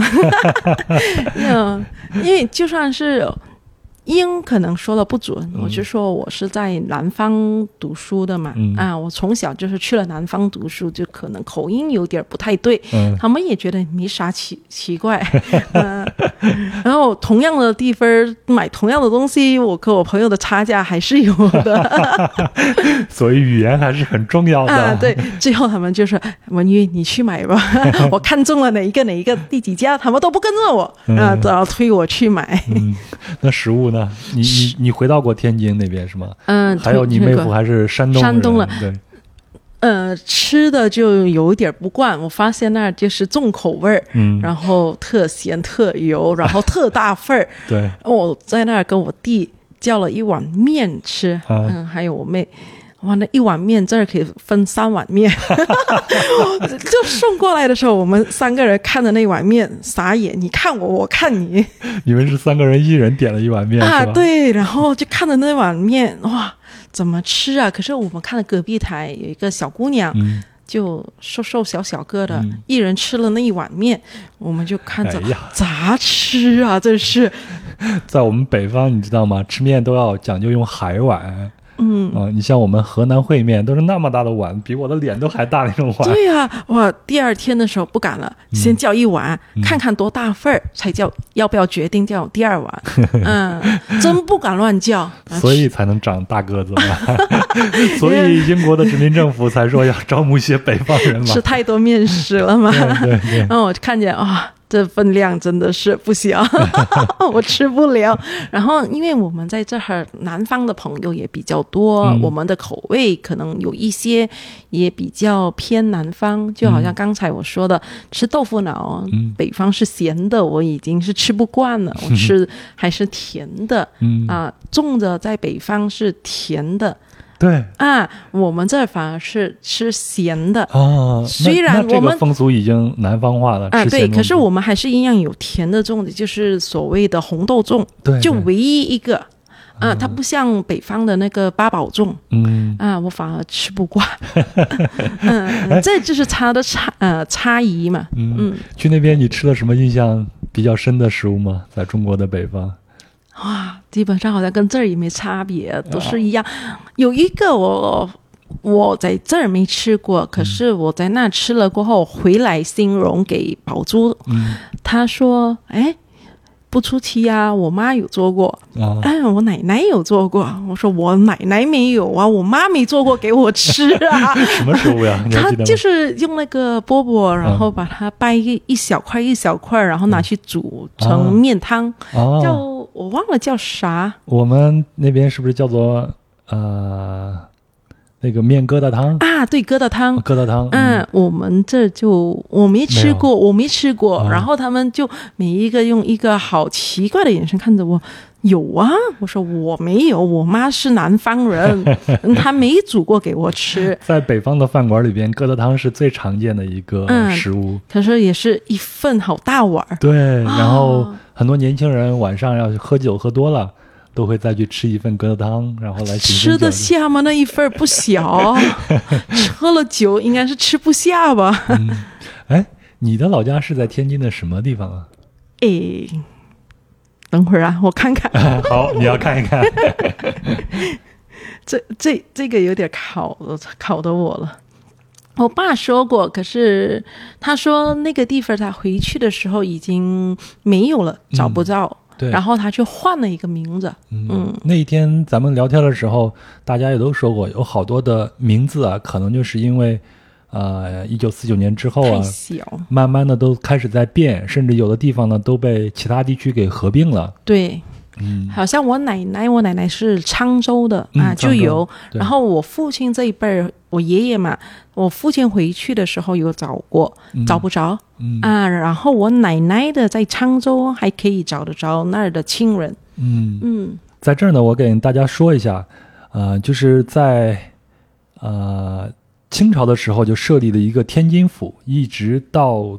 C: 因为就算是音可能说的不准，我就说我是在南方读书的嘛。我从小就是去了南方读书，就可能口音有点不太对。他们也觉得没啥奇怪。然后同样的地方买同样的东西，我和我朋友的差价还是有的。
B: 所以语言还是很重要的。
C: 对，最后他们就说文玉你去买吧。我看中了哪一个第几家，他们都不跟着我，然后推我去买。
B: 那食物呢？你回到过天津那边是吗？还有你妹夫还是山东人。对。
C: 吃的就有点不惯，我发现那就是重口味儿。然后特咸特油，然后特大份儿。
B: 对。
C: 我在那儿跟我弟叫了1碗面吃。还有我妹。哇，那1碗面这儿可以分3碗面。就送过来的时候，我们3个人看着那碗面傻眼，你看我，我看你。
B: 你们是3个人一人点了1碗面是吧？
C: 对，然后就看着那碗面，哇，怎么吃啊？可是我们看到隔壁台有一个小姑娘，就瘦瘦小个的，一人吃了那1碗面，我们就看着咋吃啊？这是
B: 在我们北方你知道吗？吃面都要讲究用海碗。你像我们河南烩面都是那么大的碗，比我的脸都还大那种碗。
C: 对呀，哇！第2天的时候不敢了，先叫1碗，看看多大份儿，才叫要不要决定叫第2碗。真不敢乱叫，
B: 所以才能长大个子嘛。所以英国的殖民政府才说要招募一些北方人嘛。
C: 吃太多面食了嘛。
B: 对。
C: 然后我看见这分量真的是不小。我吃不了。然后因为我们在这儿南方的朋友也比较多，我们的口味可能有一些也比较偏南方，就好像刚才我说的，吃豆腐脑，北方是咸的，我已经是吃不惯了，我吃还是甜的。粽子在北方是甜的。
B: 对
C: 我们这反而是吃咸的。
B: 虽然这个风俗已经南方化了。
C: 对，可是我们还是一样有甜的粽子，就是所谓的红豆粽。
B: 对，
C: 就唯一一个。它不像北方的那个八宝粽。我反而吃不惯。这就是差异嘛。
B: 去那边你吃了什么印象比较深的食物吗？在中国的北方？
C: 基本上好像跟这儿也没差别，都是一样。有一个我在这儿没吃过，可是我在那吃了过后回来形容给宝珠。他说不出奇啊，我妈有做过。我奶奶有做过。我说我奶奶没有啊，我妈没做过给我吃啊。
B: 什么食物呀？
C: 她就是用那个饽饽，然后把它掰一小块一小块，然后拿去煮成面汤。我忘了叫啥。
B: 我们那边是不是叫做那个面疙瘩汤
C: 对，疙瘩汤。我们这就我没吃过。然后他们就每一个用一个好奇怪的眼神看着我。有啊，我说我没有，我妈是南方人，她没煮过给我吃。
B: 在北方的饭馆里边，疙瘩汤是最常见的一个食物。
C: 可是也是一份好大碗。
B: 对，然后很多年轻人晚上要喝酒喝多了，都会再去吃一份疙瘩汤，然后来
C: 吃得下吗？那一份不小。喝了酒应该是吃不下吧。
B: 你的老家是在天津的什么地方啊？
C: 诶，等会儿啊，我看看。
B: 好，你要看一看。
C: 这个有点考的我了。我爸说过，可是他说那个地方他回去的时候已经没有了，找不到。
B: 对，
C: 然后他就换了一个名字。
B: 那一天咱们聊天的时候，大家也都说过，有好多的名字啊，可能就是因为1949年之后啊
C: 太，小，
B: 慢慢的都开始在变，甚至有的地方呢都被其他地区给合并了。
C: 对。好像我奶奶是沧州的啊，就有。然后我父亲这一辈儿，我爷爷嘛，我父亲回去的时候有找过，找不着啊。然后我奶奶的在沧州还可以找得着那儿的亲人。
B: 在这儿呢，我给大家说一下，就是在清朝的时候就设立了一个天津府，一直到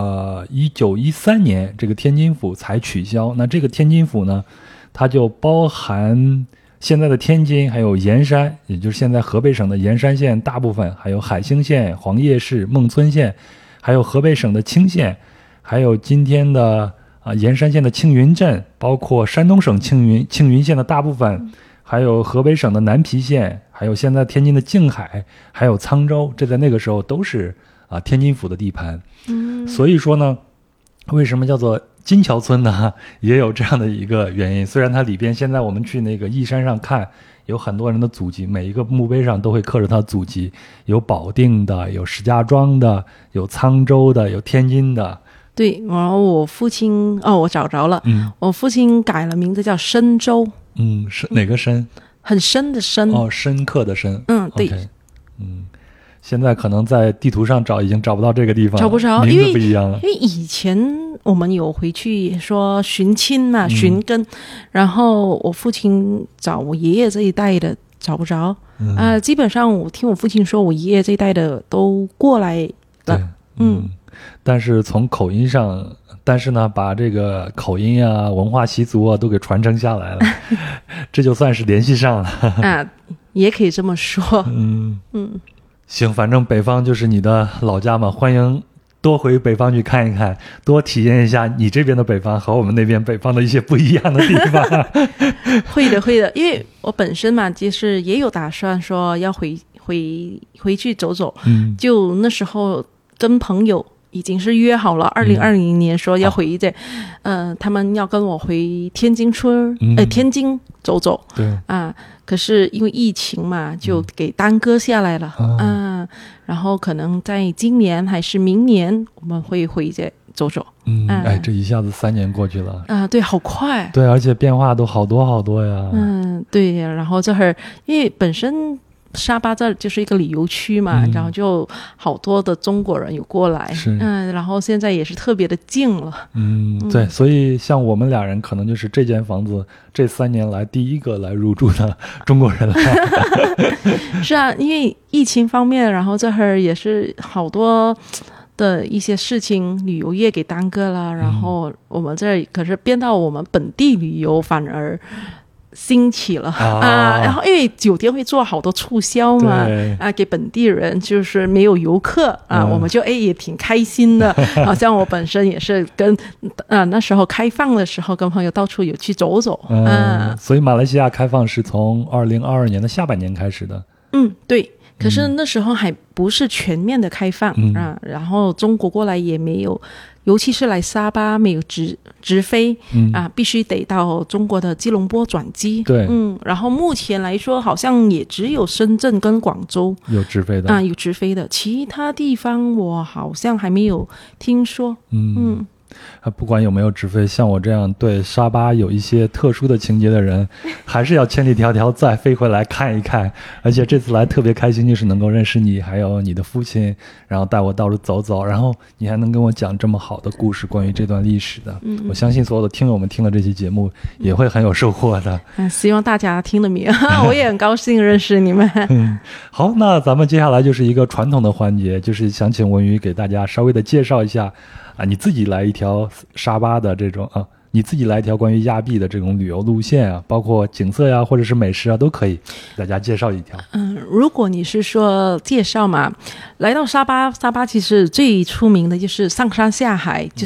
B: 1913年，这个天津府才取消。那这个天津府呢，它就包含现在的天津，还有盐山，也就是现在河北省的盐山县大部分，还有海兴县、黄叶市、孟村县，还有河北省的青县，还有今天的盐山县的青云镇，包括山东省青云县的大部分，还有河北省的南皮县，还有现在天津的静海，还有沧州，这在那个时候都是天津府的地盘。所以说呢，为什么叫做金桥村呢？也有这样的一个原因。虽然它里边现在我们去那个义山上看，有很多人的祖籍，每一个墓碑上都会刻着他祖籍，有保定的，有石家庄的，有沧州的，有天津的。
C: 对，然后我父亲我找着了，我父亲改了名字叫深州。
B: 是哪个深？
C: 很深的深。
B: 深刻的深。
C: 对。
B: Okay, 现在可能在地图上找已经找不到这个地方，
C: 找不着，
B: 名字不一样了。
C: 因为以前我们有回去说寻亲嘛，寻根，然后我父亲找我爷爷这一代的找不着基本上我听我父亲说，我爷爷这一代的都过来了。
B: 但是从口音上，但是呢，把这个口音啊、文化习俗啊都给传承下来了，这就算是联系上了
C: 也可以这么说。
B: 行，反正北方就是你的老家嘛，欢迎多回北方去看一看，多体验一下你这边的北方和我们那边北方的一些不一样的地方。
C: 会的，因为我本身嘛，就是也有打算说要回去走走。就那时候跟朋友已经是约好了2020年说要回这，他们要跟我回天津天津走走。
B: 对
C: 可是因为疫情嘛，就给耽搁下来了。然后可能在今年还是明年我们会回这走走。
B: 这一下子3年过去了
C: 对，好快。
B: 对，而且变化都好多呀。
C: 对，然后这会儿因为本身沙巴这就是一个旅游区嘛，然后就好多的中国人有过来。然后现在也是特别的近了。
B: 对，所以像我们俩人可能就是这间房子这3年来第一个来入住的中国人了。
C: 是啊，因为疫情方面，然后这会儿也是好多的一些事情，旅游业给耽搁了，然后我们这可是变到我们本地旅游反而兴起了然后因为酒店会做好多促销嘛，给本地人就是没有游客我们就也挺开心的。好像我本身也是跟那时候开放的时候跟朋友到处有去走走
B: 所以马来西亚开放是从2022年的下半年开始的。
C: 对。可是那时候还不是全面的开放然后中国过来也没有，尤其是来沙巴没有直飞必须得到中国的吉隆坡转机。
B: 对，
C: 然后目前来说好像也只有深圳跟广州
B: 有直飞的
C: 有直飞的，其他地方我好像还没有听说。
B: 不管有没有直飞，像我这样对沙巴有一些特殊的情节的人，还是要千里迢迢再飞回来看一看。而且这次来特别开心，就是能够认识你，还有你的父亲，然后带我到处走走，然后你还能跟我讲这么好的故事，关于这段历史的。我相信所有的听友们听了这期节目也会很有收获的。希
C: 望大家听得明我也很高兴认识你们。
B: 好，那咱们接下来就是一个传统的环节，就是想请文宇给大家稍微的介绍一下你自己来一条沙巴的这种你自己来一条关于亚庇的这种旅游路线包括景色呀，或者是美食都可以给大家介绍一条。
C: 如果你是说介绍嘛，来到沙巴其实最出名的就是上山下海，就是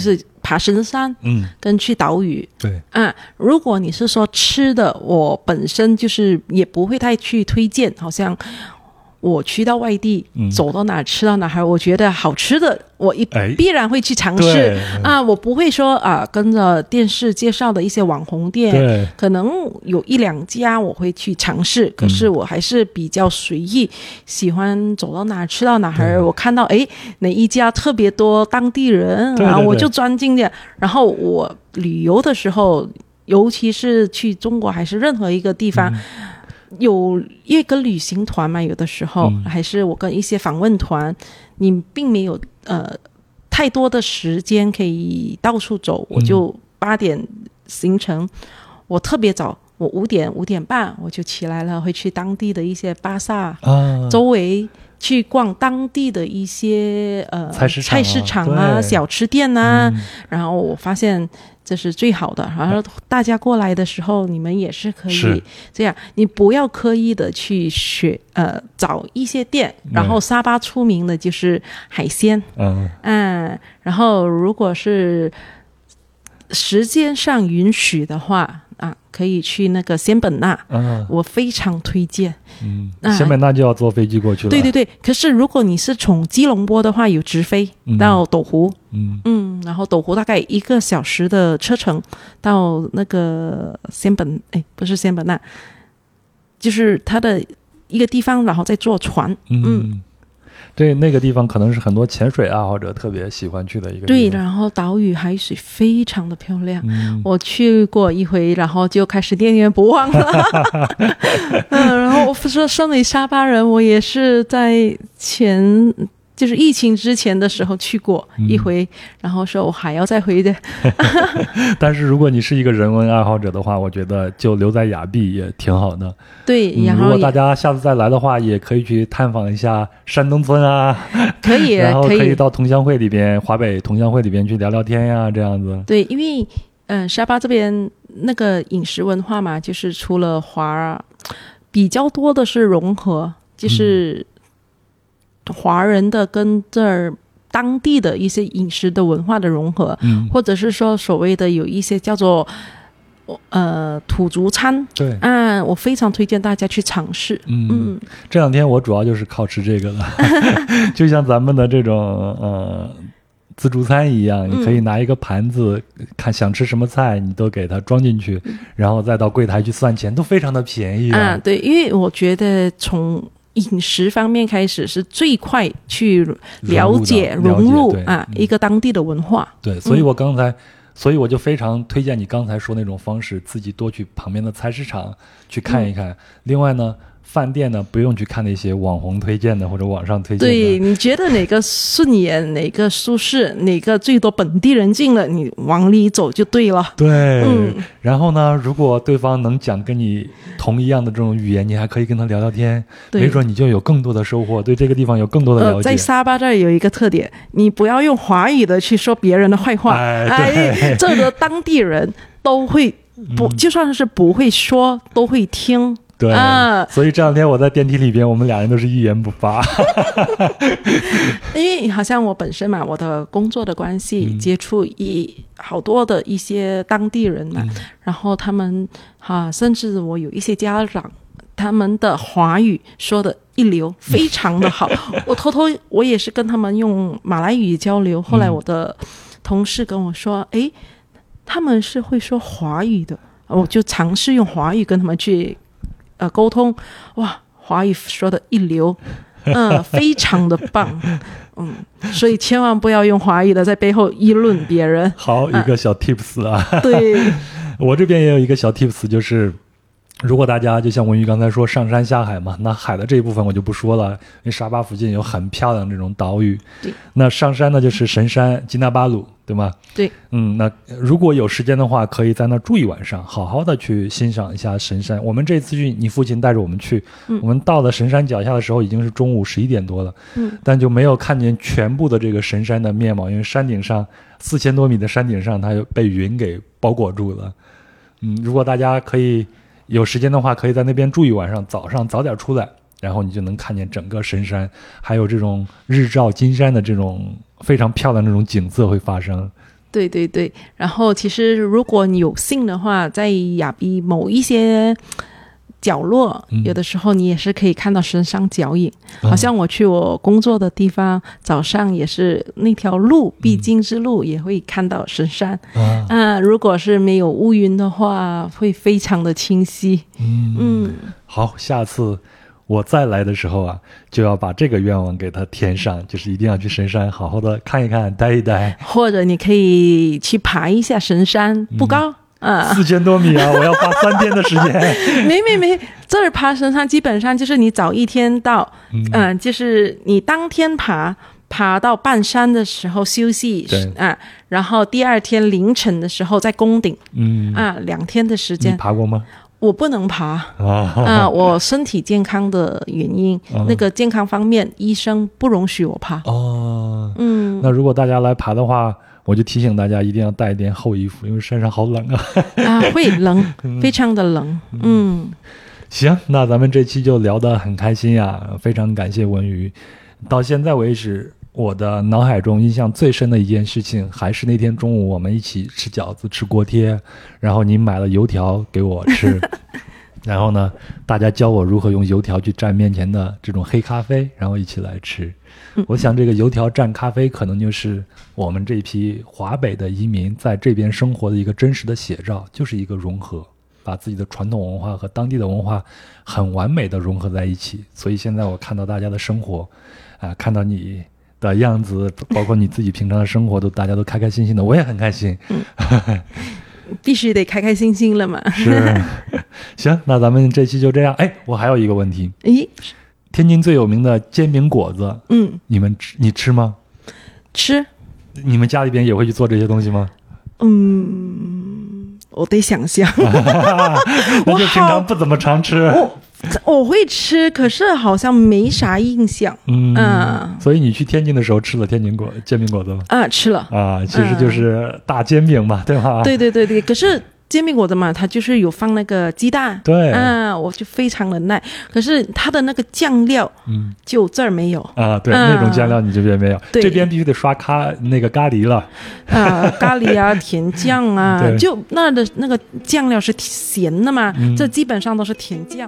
C: 爬神山，跟去岛屿。
B: 对
C: 啊，如果你是说吃的，我本身就是也不会太去推荐，好像我去到外地，走到哪吃到哪，我觉得好吃的，我必然会去尝试啊。我不会说跟着电视介绍的一些网红店，可能有一两家我会去尝试，可是我还是比较随意，喜欢走到哪吃到哪。我看到哪一家特别多当地人，然后我就钻进去。然后我旅游的时候，尤其是去中国还是任何一个地方。有一个旅行团嘛，有的时候还是我跟一些访问团，你并没有太多的时间可以到处走，我就8点行程，我特别早，我5点半我就起来了，会去当地的一些巴萨周围去逛当地的一些菜市场啊小吃店啊，然后我发现这是最好的。然后大家过来的时候，你们也是可以这样，你不要刻意的去找一些店。然后沙巴出名的就是海鲜，然后如果是时间上允许的话可以去那个仙本那，我非常推荐。
B: 仙本那就要坐飞机过去了。
C: 对对对，可是如果你是从吉隆坡的话，有直飞到斗湖，然后斗湖大概1个小时的车程到那个不是仙本那，就是它的一个地方，然后再坐船。
B: 对，那个地方可能是很多潜水爱好者特别喜欢去的一个地方。
C: 对，然后岛屿海水非常的漂亮，我去过一回，然后就开始念念不忘了。然后我说身为沙巴人，我也是在就是疫情之前的时候去过一回，然后说我还要再回的。
B: 但是如果你是一个人文爱好者的话，我觉得就留在雅碧也挺好的。
C: 对，然后
B: 如果大家下次再来的话，也可以去探访一下山东村啊，
C: 可以，
B: 然后可以到同乡会里边，华北同乡会里边去聊聊天呀，这样子。
C: 对，因为沙巴这边那个饮食文化嘛，就是除了比较多的是融合，就是华人的跟这儿当地的一些饮食的文化的融合，或者是说所谓的有一些叫做土族餐。
B: 对
C: 我非常推荐大家去尝试。
B: 这2天我主要就是靠吃这个了。就像咱们的这种自助餐一样，你可以拿一个盘子，看想吃什么菜你都给它装进去，然后再到柜台去算钱，都非常的便宜
C: 对，因为我觉得从饮食方面开始是最快去了解融入一个当地的文化。
B: 对，所以我就非常推荐你刚才说那种方式，自己多去旁边的菜市场去看一看。另外呢，饭店呢不用去看那些网红推荐的或者网上推荐的。
C: 对，你觉得哪个顺眼，哪个舒适，哪个最多本地人进了，你往里走就对了。
B: 对，然后呢，如果对方能讲跟你同一样的这种语言，你还可以跟他聊聊天，没准你就有更多的收获，对这个地方有更多的了解。
C: 在沙巴这儿有一个特点，你不要用华语的去说别人的坏话，这个当地人都会就算是不会说都会听。
B: 对所以这2天我在电梯里边，我们2人都是一言不发。
C: 因为好像我本身嘛，我的工作的关系，接触好多的一些当地人嘛，然后他们甚至我有一些家长，他们的华语说的一流，非常的好。我也是跟他们用马来语交流，后来我的同事跟我说，他们是会说华语的，我就尝试用华语跟他们去沟通，哇，华语说的一流，非常的棒。所以千万不要用华语的在背后议论别人。
B: 好，一个小 tips 啊。
C: 对，
B: 我这边也有一个小 tips， 就是如果大家就像文瑜刚才说上山下海嘛，那海的这一部分我就不说了，因为沙巴附近有很漂亮这种岛屿。
C: 对，
B: 那上山呢就是神山吉纳巴鲁，对吗？
C: 对，
B: 那如果有时间的话，可以在那住一晚上，好好的去欣赏一下神山。我们这次去，你父亲带着我们去，我们到了神山脚下的时候已经是中午11点多了，但就没有看见全部的这个神山的面貌，因为山顶上4000多米的山顶上，它被云给包裹住了。如果大家可以有时间的话，可以在那边住一晚上，早上早点出来，然后你就能看见整个神山，还有这种日照金山的这种非常漂亮的这种景色会发生。
C: 对对对，然后其实如果你有幸的话，在亚庇某一些角落，有的时候你也是可以看到神山脚影，好像我去我工作的地方，早上也是那条路必经之路，也会看到神山。如果是没有乌云的话，会非常的清晰。
B: 好，下次我再来的时候啊，就要把这个愿望给它填上，就是一定要去神山好好的看一看，待一待。
C: 或者你可以去爬一下神山，不高。
B: 4000多米啊！我要花3天的时间。
C: 没，这儿爬神山基本上就是你早一天到，就是你当天爬到半山的时候休息，然后第二天凌晨的时候在攻顶，2天的时间。
B: 你爬过吗？
C: 我不能爬我身体健康的原因，那个健康方面医生不容许我爬。
B: 那如果大家来爬的话，我就提醒大家一定要带一点厚衣服，因为山上好冷啊。
C: 会冷，非常的冷。
B: 行，那咱们这期就聊得很开心呀，非常感谢文娱。到现在为止，我的脑海中印象最深的一件事情，还是那天中午我们一起吃饺子、吃锅贴，然后你买了油条给我吃。然后呢，大家教我如何用油条去蘸面前的这种黑咖啡，然后一起来吃。我想这个油条蘸咖啡可能就是我们这批华北的移民在这边生活的一个真实的写照，就是一个融合，把自己的传统文化和当地的文化很完美的融合在一起。所以现在我看到大家的生活看到你的样子，包括你自己平常的生活，大家都开开心心的，我也很开心。
C: 必须得开开心心了嘛。
B: 是。行，那咱们这期就这样。我还有一个问题。天津最有名的煎饼果子，你吃吗？吃。你们家里边也会去做这些东西吗？
C: 我得想想。
B: 那就平常不怎么常吃。
C: 我会吃，可是好像没啥印象。
B: 所以你去天津的时候吃了煎饼果子吗？
C: 吃了。
B: 其实就是大煎饼嘛，对吧？
C: 对。可是煎饼果子嘛，它就是有放那个鸡蛋。
B: 对。
C: 我就非常的耐。可是它的那个酱料，就这儿没有。
B: 对，那种酱料你这边没有。这边必须得刷那个咖喱了。
C: 咖喱啊，甜酱啊，就那的那个酱料是咸的嘛，这基本上都是甜酱。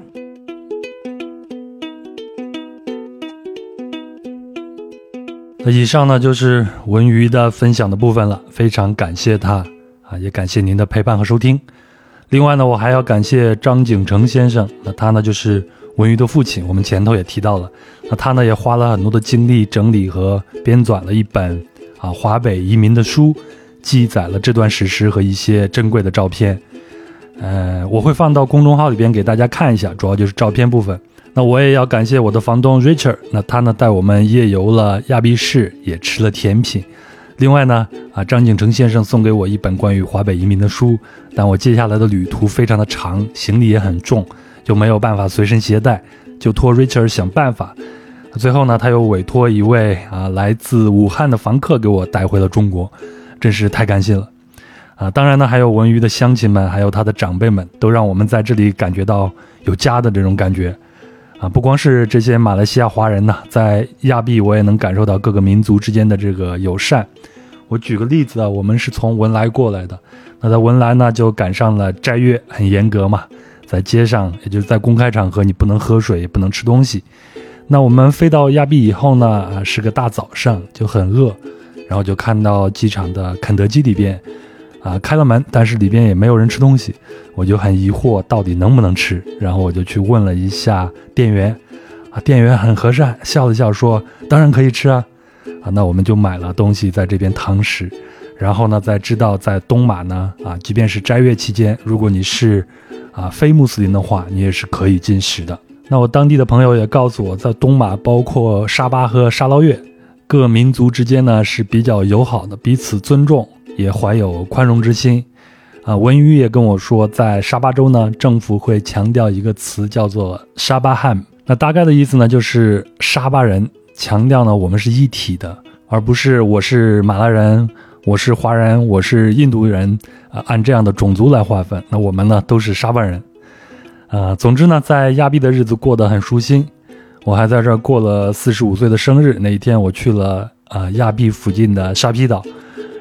B: 以上呢就是文娱的分享的部分了，非常感谢他也感谢您的陪伴和收听。另外呢，我还要感谢张景成先生，那他呢就是文娱的父亲，我们前头也提到了。那他呢也花了很多的精力整理和编纂了一本华北移民的书，记载了这段史实和一些珍贵的照片。我会放到公众号里边给大家看一下，主要就是照片部分。那我也要感谢我的房东 Richard， 那他呢带我们夜游了亚庇市，也吃了甜品。另外呢张景成先生送给我一本关于华北移民的书，但我接下来的旅途非常的长，行李也很重，就没有办法随身携带，就托 Richard 想办法。最后呢，他又委托一位来自武汉的房客给我带回了中国，真是太感谢了。当然呢，还有文娱的乡亲们，还有他的长辈们，都让我们在这里感觉到有家的这种感觉。不光是这些马来西亚华人呢，在亚庇我也能感受到各个民族之间的这个友善。我举个例子我们是从文莱过来的，那在文莱呢就赶上了斋月，很严格嘛，在街上也就是在公开场合你不能喝水，也不能吃东西。那我们飞到亚庇以后呢是个大早上，就很饿，然后就看到机场的肯德基里边开了门，但是里边也没有人吃东西，我就很疑惑到底能不能吃，然后我就去问了一下店员店员很和善，笑了笑说当然可以吃那我们就买了东西在这边堂食。然后呢再知道在东马呢即便是斋月期间，如果你是非穆斯林的话，你也是可以进食的。那我当地的朋友也告诉我，在东马包括沙巴和沙捞越各民族之间呢是比较友好的，彼此尊重，也怀有宽容之心文娱也跟我说，在沙巴州呢，政府会强调一个词叫做沙巴汉，那大概的意思呢就是沙巴人强调呢我们是一体的，而不是我是马来人，我是华人，我是印度人按这样的种族来划分，那我们呢都是沙巴人总之呢，在亚庇的日子过得很舒心。我还在这儿过了45岁的生日，那一天我去了亚庇附近的沙皮岛，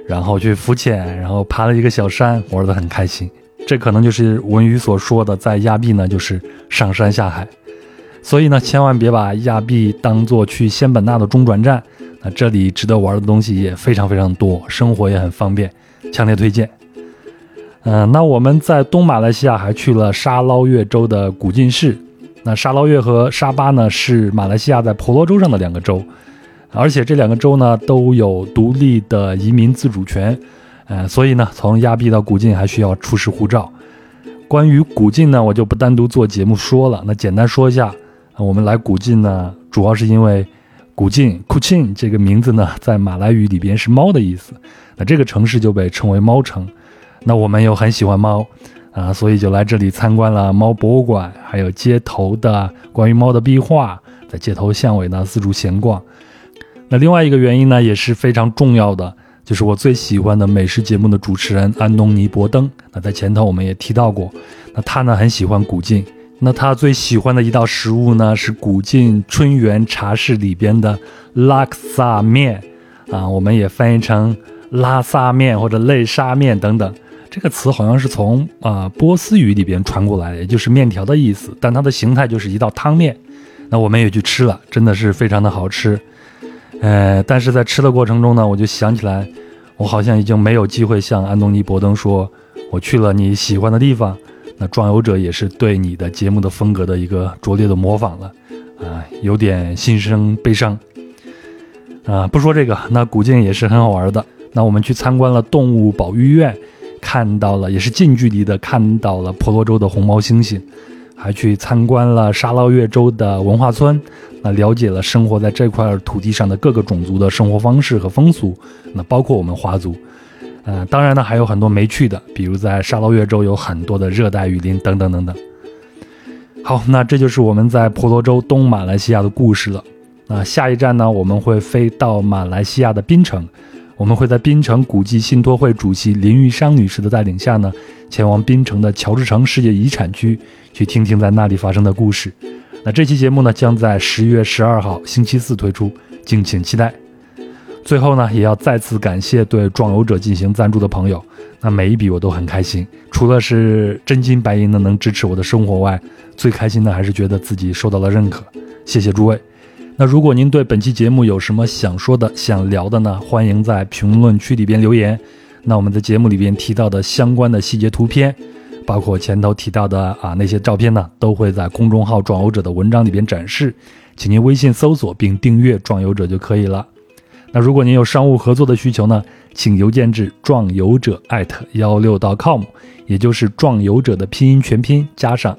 B: 然后去浮潜，然后爬了一个小山，玩得很开心。这可能就是文娱所说的，在亚庇呢就是上山下海。所以呢，千万别把亚庇当作去仙本那的中转站。那这里值得玩的东西也非常非常多，生活也很方便，强烈推荐。那我们在东马来西亚还去了沙捞越州的古晋市。那沙捞越和沙巴呢是马来西亚在婆罗洲上的2个州，而且这2个州呢都有独立的移民自主权。所以呢，从亚庇到古晋还需要出示护照。关于古晋呢，我就不单独做节目说了。那简单说一下，我们来古晋呢，主要是因为古晋 Kuching 这个名字呢，在马来语里边是猫的意思。那这个城市就被称为猫城。那我们又很喜欢猫所以就来这里参观了猫博物馆，还有街头的关于猫的壁画，在街头巷尾呢四处闲逛。那另外一个原因呢，也是非常重要的，就是我最喜欢的美食节目的主持人安东尼·伯登。那在前头我们也提到过，那他呢很喜欢古晋。那他最喜欢的一道食物呢是古晋春园茶室里边的拉克萨面我们也翻译成拉萨面或者类沙面等等。这个词好像是从波斯语里边传过来的，也就是面条的意思，但它的形态就是一道汤面。那我们也去吃了，真的是非常的好吃。但是在吃的过程中呢，我就想起来，我好像已经没有机会向安东尼·伯登说我去了你喜欢的地方。那壮游者也是对你的节目的风格的一个拙劣的模仿了有点心生悲伤不说这个，那古晋也是很好玩的。那我们去参观了动物保育院，看到了，也是近距离的看到了婆罗洲的红毛猩猩，还去参观了沙捞越州的文化村，那了解了生活在这块土地上的各个种族的生活方式和风俗，那包括我们华族。当然呢，还有很多没去的，比如在沙捞越州有很多的热带雨林等等等等。好，那这就是我们在婆罗洲东马来西亚的故事了。那下一站呢，我们会飞到马来西亚的槟城。我们会在槟城古迹信托会主席林玉商女士的带领下呢，前往槟城的乔治城世界遗产区，去听听在那里发生的故事。那这期节目呢，将在10月12号星期四推出，敬请期待。最后呢，也要再次感谢对壮游者进行赞助的朋友，那每一笔我都很开心，除了是真金白银的能支持我的生活外，最开心的还是觉得自己受到了认可，谢谢诸位。那如果您对本期节目有什么想说的想聊的呢，欢迎在评论区里边留言。那我们在节目里边提到的相关的细节图片，包括前头提到的那些照片呢，都会在公众号壮游者的文章里边展示，请您微信搜索并订阅壮游者就可以了。那如果您有商务合作的需求呢，请邮件至壮游者@16.com， 也就是壮游者的拼音全拼加上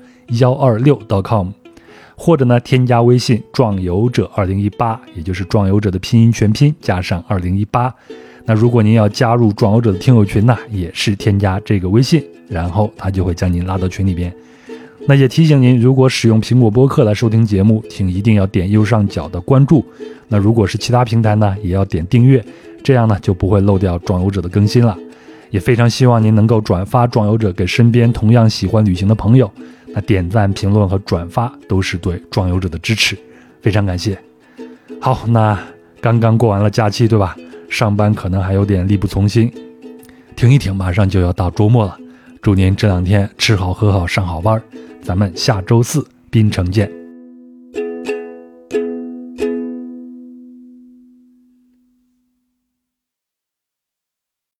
B: @126.com， 或者呢添加微信壮游者2018，也就是壮游者的拼音全拼加上2018。那如果您要加入壮游者的听友群呢，也是添加这个微信，然后他就会将您拉到群里边。那也提醒您，如果使用苹果播客来收听节目，请一定要点右上角的关注。那如果是其他平台呢，也要点订阅，这样呢就不会漏掉壮游者的更新了。也非常希望您能够转发壮游者给身边同样喜欢旅行的朋友。那点赞、评论和转发都是对壮游者的支持，非常感谢。好，那刚刚过完了假期，对吧？上班可能还有点力不从心，停一停，马上就要到周末了。祝您这2天吃好喝好上好班，咱们下周4槟城见。